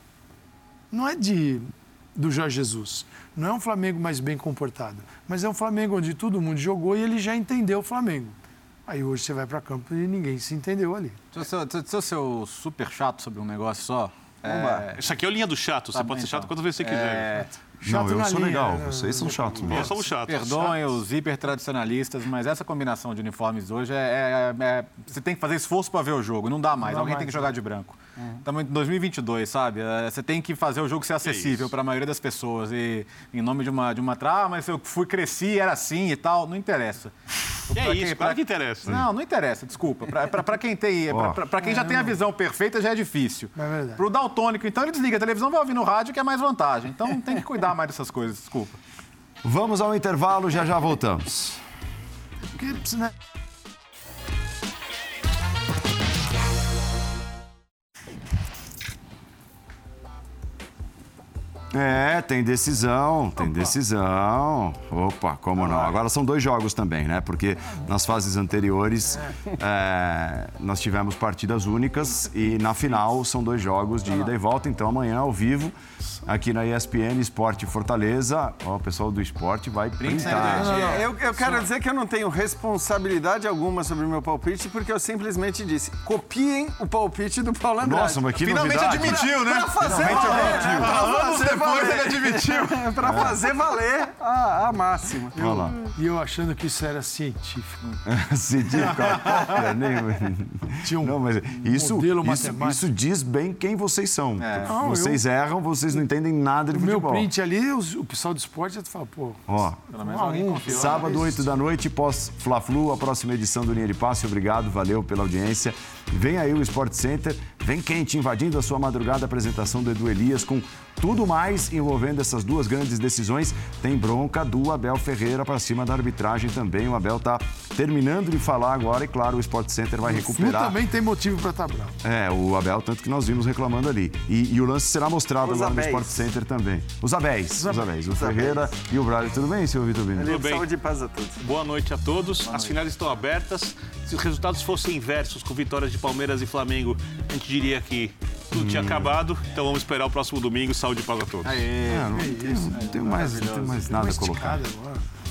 não é de, do Jorge Jesus, não é um Flamengo mais bem comportado, mas é um Flamengo onde todo mundo jogou e ele já entendeu o Flamengo. Aí hoje você vai para campo e ninguém se entendeu ali. Deixa eu, deixa eu ser o super chato sobre um negócio só. Vamos lá. Isso aqui é o linha do chato. Você Tá pode bem, ser chato então. quantas vezes você quiser. É, Não, eu na sou linha, legal. né? Vocês são chatos Nós mesmo. somos chatos. Perdoem os hiper-tradicionalistas, mas essa combinação de uniformes hoje é, é- é- Você tem que fazer esforço para ver o jogo, não dá mais. dá Alguém mais, tem que jogar de branco. Estamos em dois mil e vinte e dois, sabe? É, Você tem que fazer o jogo ser acessível isso. para a maioria das pessoas. E em nome de uma, de uma tra, ah, mas eu fui, cresci, era assim e tal. Não interessa. Que é Pra isso, quem- claro pra- que interessa. Não, não interessa, desculpa. Para quem, tem, Ó. pra- pra quem já tem a visão perfeita, já é difícil. É verdade. Pro daltônico, então, ele desliga a televisão, vai ouvir no rádio, que é mais vantagem. Então tem que cuidar mais dessas coisas, desculpa. Vamos ao intervalo, já já voltamos. Porque, né? É, tem decisão, tem decisão. Opa, como não? Agora são dois jogos também, né? Porque nas fases anteriores é, nós tivemos partidas únicas e na final são dois jogos de ida e volta. Então amanhã, ao vivo, aqui na E S P N, Esporte Fortaleza. Ó, o pessoal do esporte vai printar. Eu, eu quero dizer que eu não tenho responsabilidade alguma sobre o meu palpite, porque eu simplesmente disse, copiem o palpite do Paulo Andrade. Nossa, mas que Finalmente novidade. admitiu, né? Pra fazer Finalmente valer. admitiu. Pra fazer Depois valer. ele admitiu. Pra fazer valer a, a máxima. Olha lá. E eu achando que isso era científico. Científico, é, nem... Tinha um Não, mas isso, modelo isso, matemático. isso diz bem quem vocês são. É. Não, Vocês erram, vocês não entendem nada de O meu futebol. print ali, os- o pessoal do esporte já fala, pô, Ó, Pelo menos um a alguém um, confiou. sábado, oito da noite, pós-Fla-Flu, a próxima edição do Linha de Passe. Obrigado, valeu pela audiência. Vem aí o Sport Center, vem quente, invadindo a sua madrugada, a apresentação do Edu Elias, com tudo mais envolvendo essas duas grandes decisões. Tem bronca do Abel Ferreira para cima da arbitragem também. O Abel tá terminando de falar agora e, claro, o Sport Center vai o Flu recuperar. também tem motivo para estar bravo. É, o Abel, tanto que nós vimos reclamando ali. E, e o lance será mostrado Os agora Abéis. no Sport Center também. Os Abéis, os Abéis. O Os Ferreira Abéis. e o Braga. Tudo bem, senhor Vitor Bini? Tudo bem. Saúde e paz a todos. Boa noite a todos. As finais estão abertas. Se os resultados fossem inversos, com vitórias de Palmeiras e Flamengo, a gente diria que tudo tinha acabado. Então vamos esperar o próximo domingo. Saúde e paz a todos. Aê. Ah, não, tenho, não tenho mais, não tenho mais nada a colocar. Esticada agora.